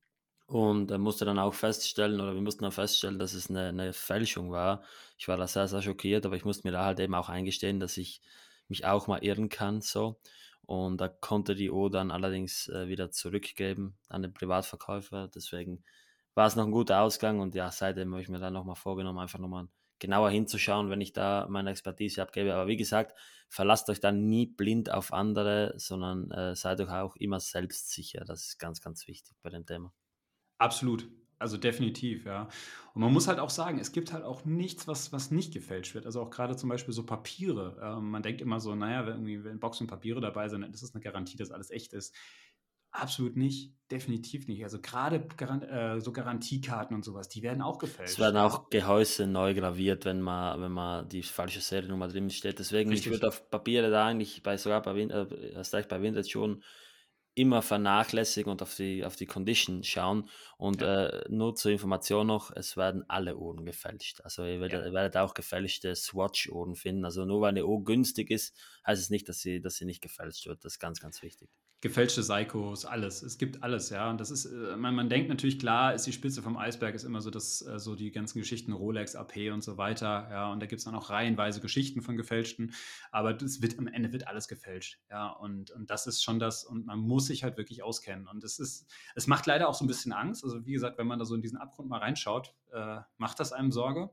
und er musste dann auch feststellen oder wir mussten dann feststellen, dass es eine 'ne Fälschung war. Ich war da sehr, sehr schockiert, aber ich musste mir da halt eben auch eingestehen, dass ich mich auch mal irren kann so. Und da konnte die Uhr dann allerdings, äh, wieder zurückgeben an den Privatverkäufer. Deswegen war es noch ein guter Ausgang und ja, seitdem habe ich mir dann noch mal vorgenommen, einfach noch mal genauer hinzuschauen, wenn ich da meine Expertise abgebe. Aber wie gesagt, verlasst euch dann nie blind auf andere, sondern, äh, seid euch auch immer selbstsicher. Das ist ganz, ganz wichtig bei dem Thema. Absolut. Also definitiv, ja. Und man muss halt auch sagen, es gibt halt auch nichts, was was nicht gefälscht wird. Also auch gerade zum Beispiel so Papiere. Ähm, man denkt immer so: „Na ja, wenn irgendwie wenn Boxen Papiere dabei sind, dann ist es eine Garantie, dass alles echt ist." Absolut nicht, definitiv nicht. Also gerade Garan äh, so Garantiekarten und sowas, die werden auch Es gefälscht, werden ja. auch Gehäuse neu graviert, wenn man wenn man die falsche Seriennummer drin steht. Deswegen, ich Richtig. würde auf Papiere da eigentlich bei sogar bei Vin äh, erst recht bei Vintage schon immer vernachlässigen und auf die auf die Condition schauen. Und, Ja, äh, nur zur Information noch, es werden alle Uhren gefälscht. Also, ihr ja. werdet ihr werdet auch gefälschte Swatch-Uhren finden. Also, nur weil eine Uhr günstig ist, heißt es nicht, dass sie dass sie nicht gefälscht wird. Das ist ganz, ganz wichtig. Gefälschte Seikos, alles. Es gibt alles, ja. Und das ist, äh man man denkt natürlich, klar ist die Spitze vom Eisberg ist immer so das äh, so die ganzen Geschichten Rolex, A P und so weiter, ja. Und da gibt's dann auch reihenweise Geschichten von gefälschten, aber das wird am Ende wird alles gefälscht, ja. Und und das ist schon das und man muss sich halt wirklich auskennen. Und es ist es macht leider auch so ein bisschen Angst. Also, wie gesagt, wenn man da so in diesen Abgrund mal reinschaut, äh, macht das einem Sorge.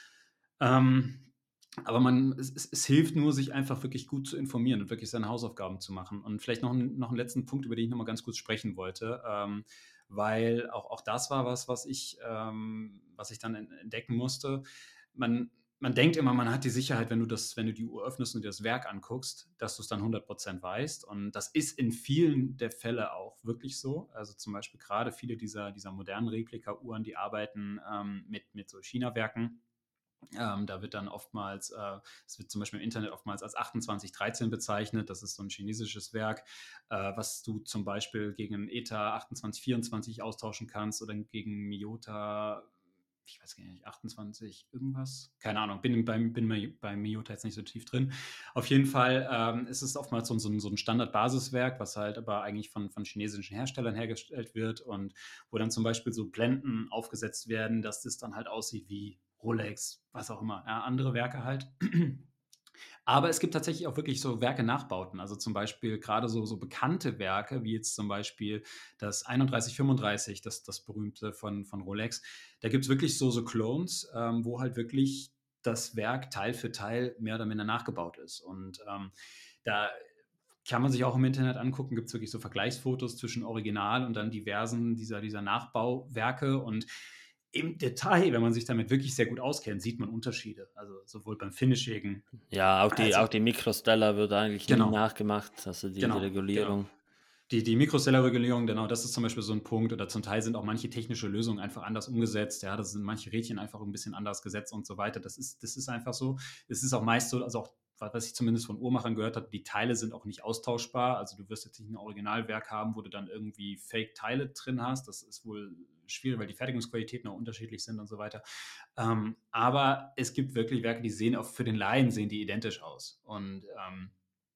Ähm aber man es es es hilft nur, sich einfach wirklich gut zu informieren und wirklich seine Hausaufgaben zu machen. Und vielleicht noch 'n noch 'n letzten Punkt, über den ich noch mal ganz kurz sprechen wollte, ähm, weil auch auch das war was, was ich ähm, was ich dann en entdecken musste. Man man denkt immer, man hat die Sicherheit, wenn du das wenn du die Uhr öffnest und dir das Werk anguckst, dass du's dann hundert Prozent weißt. Und das ist in vielen der Fälle auch wirklich so. Also, zum Beispiel grade viele dieser dieser modernen Replika-Uhren, die arbeiten, ähm, mit mit so China-Werken. Ähm, da wird dann oftmals, äh, es wird zum Beispiel im Internet oftmals als achtundzwanzig dreizehn bezeichnet. Das ist so ein chinesisches Werk, äh, was du zum Beispiel gegen ein E T A achtundzwanzig vierundzwanzig austauschen kannst oder gegen Miyota, ich weiß gar nicht, achtundzwanzig irgendwas? Keine Ahnung, bin beim, bin bei, bei Miyota jetzt nicht so tief drin. Auf jeden Fall ähm, ist es oftmals so, ein- so ein, so ein Standard-Basiswerk, was halt aber eigentlich von, von chinesischen Herstellern hergestellt wird und wo dann zum Beispiel so Blenden aufgesetzt werden, dass das dann halt aussieht wie Rolex, was auch immer, ja, andere Werke halt. Aber es gibt tatsächlich auch wirklich so Werke-Nachbauten. Also zum Beispiel gerade so, so bekannte Werke, wie jetzt zum Beispiel das einunddreißig fünfunddreißig, das, das berühmte von, von Rolex. Da gibt es wirklich so, so Clones, ähm, wo halt wirklich das Werk Teil für Teil mehr oder minder nachgebaut ist. Und ähm, da kann man sich auch im Internet angucken, gibt es wirklich so Vergleichsfotos zwischen Original und dann diversen dieser, dieser Nachbauwerke. Und im Detail, wenn man sich damit wirklich sehr gut auskennt, sieht man Unterschiede. Also sowohl beim Finishing Ja, auch die als auch auch die Mikrostella wird eigentlich nie genau, nachgemacht, also die die genau, genau. Regulierung. Die die Mikrostellarregulierung, genau, das ist zum Beispiel so ein Punkt oder zum Teil sind auch manche technische Lösungen einfach anders umgesetzt. Ja, da sind manche Rädchen einfach ein bisschen anders gesetzt und so weiter. Das ist das ist einfach so. Es ist auch meist so, also auch was ich zumindest von Uhrmachern gehört habe, die Teile sind auch nicht austauschbar. Also, du wirst jetzt nicht ein Originalwerk haben, wo du dann irgendwie Fake-Teile drin hast. Das ist wohl schwierig, weil die Fertigungsqualitäten auch unterschiedlich sind und so weiter. Ähm, aber es gibt wirklich Werke, die sehen auch für den Laien sehen die identisch aus. Und, ähm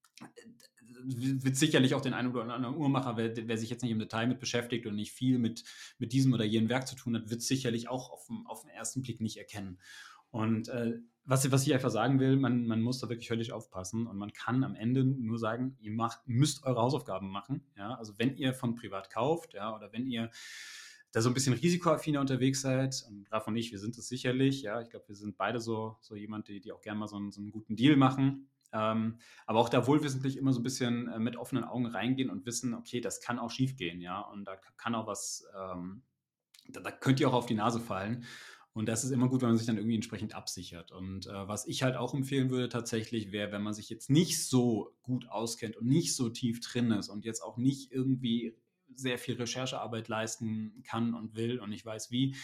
wird sicherlich auch den einen oder anderen Uhrmacher, wer, wer sich jetzt nicht im Detail mit beschäftigt und nicht viel mit, mit diesem oder jenem Werk zu tun hat, wird sicherlich auch auf den, auf den ersten Blick nicht erkennen. Und äh, was, was ich einfach sagen will, man, man muss da wirklich höllisch aufpassen und man kann am Ende nur sagen, ihr macht, müsst eure Hausaufgaben machen. Ja? Also wenn ihr von privat kauft, ja, oder wenn ihr da so ein bisschen risikoaffiner unterwegs seid, und Ralf und ich, wir sind es sicherlich, ja, ich glaube, wir sind beide so, so jemand, die, die auch gerne mal so einen, so einen guten Deal machen. Ähm, aber auch da wohlwissentlich immer so ein bisschen äh, mit offenen Augen reingehen und wissen, okay, das kann auch schief gehen, ja, und da kann auch was, ähm, da, da könnt ihr auch auf die Nase fallen. Und das ist immer gut, wenn man sich dann irgendwie entsprechend absichert. Und äh, was ich halt auch empfehlen würde tatsächlich, wäre, wenn man sich jetzt nicht so gut auskennt und nicht so tief drin ist und jetzt auch nicht irgendwie sehr viel Recherchearbeit leisten kann und will und nicht weiß wie,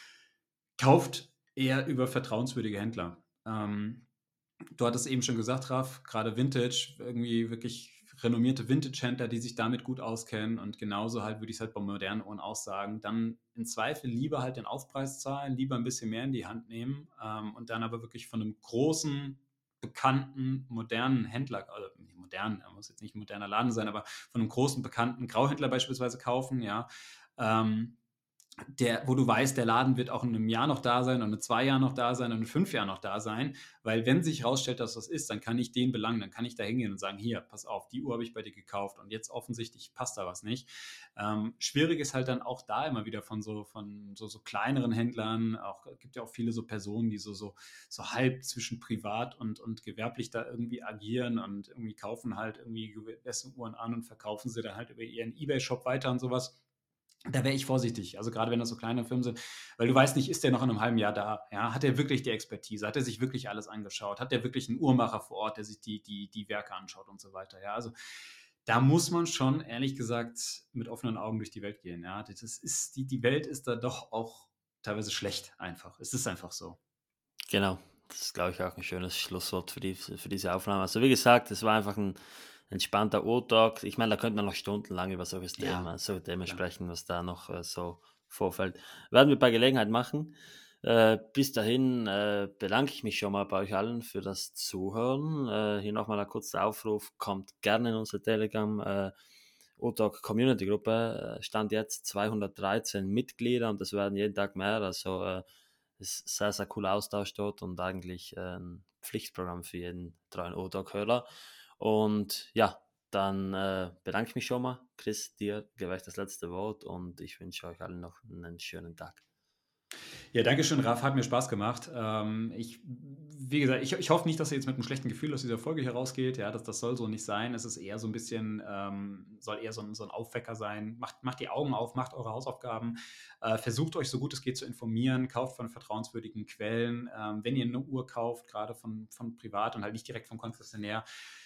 kauft eher über vertrauenswürdige Händler. Ähm, du hattest eben schon gesagt, Raf, gerade Vintage, irgendwie wirklich renommierte Vintage-Händler, die sich damit gut auskennen und genauso halt würde ich es halt bei modernen Uhren auch sagen, dann im Zweifel lieber halt den Aufpreis zahlen, lieber ein bisschen mehr in die Hand nehmen ähm, und dann aber wirklich von einem großen, bekannten, modernen Händler, also nicht modern, er muss jetzt nicht ein moderner Laden sein, aber von einem großen, bekannten Grauhändler beispielsweise kaufen, ja, ähm, der, wo du weißt, der Laden wird auch in einem Jahr noch da sein und in zwei Jahren noch da sein und in fünf Jahren noch da sein, weil wenn sich herausstellt, dass das ist, dann kann ich den belangen, dann kann ich da hingehen und sagen, hier, pass auf, die Uhr habe ich bei dir gekauft und jetzt offensichtlich passt da was nicht. Ähm, schwierig ist halt dann auch da immer wieder von so, von so, so kleineren Händlern, auch gibt ja auch viele so Personen, die so, so, so halb zwischen privat und, und gewerblich da irgendwie agieren und irgendwie kaufen halt irgendwie bessere Uhren an und verkaufen sie dann halt über ihren eBay-Shop weiter und sowas. Da wäre ich vorsichtig, also gerade wenn das so kleine Firmen sind, weil du weißt nicht, ist der noch in einem halben Jahr da? Ja, hat er wirklich die Expertise? Hat er sich wirklich alles angeschaut? Hat er wirklich einen Uhrmacher vor Ort, der sich die, die, die Werke anschaut und so weiter? Ja, also da muss man schon, ehrlich gesagt, mit offenen Augen durch die Welt gehen. Ja, das ist, die, die Welt ist da doch auch teilweise schlecht einfach. Es ist einfach so. Genau, das ist, glaube ich, auch ein schönes Schlusswort für, die, für diese Aufnahme. Also wie gesagt, es war einfach ein entspannter Urtalk. Ich meine, da könnte man noch stundenlang über solches Ja, Thema, so Themen klar. sprechen, was da noch äh, so vorfällt. Werden wir bei Gelegenheit machen. Äh, bis dahin äh, bedanke ich mich schon mal bei euch allen für das Zuhören. Äh, hier nochmal ein kurzer Aufruf, kommt gerne in unsere Telegram äh, Urtalk Community Gruppe. Äh, Stand jetzt zweihundertdreizehn Mitglieder und das werden jeden Tag mehr. Also äh, ist sehr, sehr cooler Austausch dort und eigentlich äh, ein Pflichtprogramm für jeden treuen Urtalk-Hörer. Und ja, dann äh, bedanke ich mich schon mal. Chris, dir gebe ich das letzte Wort und ich wünsche euch allen noch einen schönen Tag. Ja, danke schön, Raf. Hat mir Spaß gemacht. Ähm, ich, wie gesagt, ich, ich hoffe nicht, dass ihr jetzt mit einem schlechten Gefühl aus dieser Folge hier rausgeht. Ja, das, das soll so nicht sein. Es ist eher so ein bisschen, ähm, soll eher so ein, so ein Aufwecker sein. Macht, macht die Augen auf, macht eure Hausaufgaben. Äh, versucht euch so gut es geht zu informieren. Kauft von vertrauenswürdigen Quellen. Ähm, wenn ihr eine Uhr kauft, gerade von, von privat und halt nicht direkt vom Konzessionär,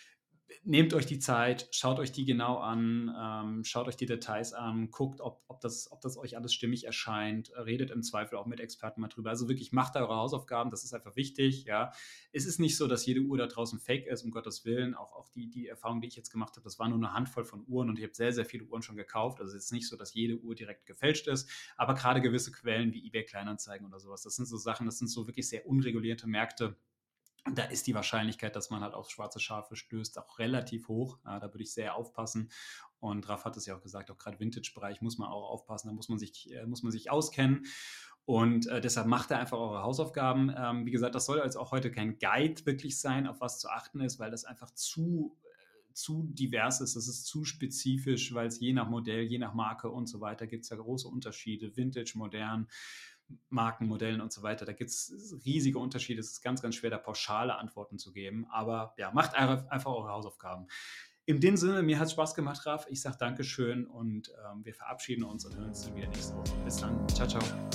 nehmt euch die Zeit, schaut euch die genau an, ähm, schaut euch die Details an, guckt, ob, ob, das, ob das euch alles stimmig erscheint, redet im Zweifel auch mit Experten mal drüber. Also wirklich macht eure Hausaufgaben, das ist einfach wichtig. Ja. Es ist nicht so, dass jede Uhr da draußen fake ist, um Gottes Willen. Auch, auch die, die Erfahrung, die ich jetzt gemacht habe, das war nur eine Handvoll von Uhren und ich habe sehr, sehr viele Uhren schon gekauft. Also es ist nicht so, dass jede Uhr direkt gefälscht ist, aber gerade gewisse Quellen wie eBay Kleinanzeigen oder sowas, das sind so Sachen, das sind so wirklich sehr unregulierte Märkte. Da ist die Wahrscheinlichkeit, dass man halt auf schwarze Schafe stößt, auch relativ hoch. Ja, da würde ich sehr aufpassen. Und Raf hat es ja auch gesagt, auch gerade Vintage-Bereich muss man auch aufpassen, da muss man sich, äh, muss man sich auskennen. Und äh, deshalb macht er einfach eure Hausaufgaben. Ähm, wie gesagt, das soll jetzt auch heute kein Guide wirklich sein, auf was zu achten ist, weil das einfach zu, äh, zu divers ist. Das ist zu spezifisch, weil es je nach Modell, je nach Marke und so weiter gibt es ja große Unterschiede. Vintage, modern, Markenmodellen und so weiter. Da gibt es riesige Unterschiede. Es ist ganz, ganz schwer, da pauschale Antworten zu geben. Aber ja, macht einfach eure Hausaufgaben. In dem Sinne, mir hat es Spaß gemacht, Raf. Ich sage Dankeschön und ähm, wir verabschieden uns und hören uns dann wieder nächste Woche. Bis dann. Ciao, ciao.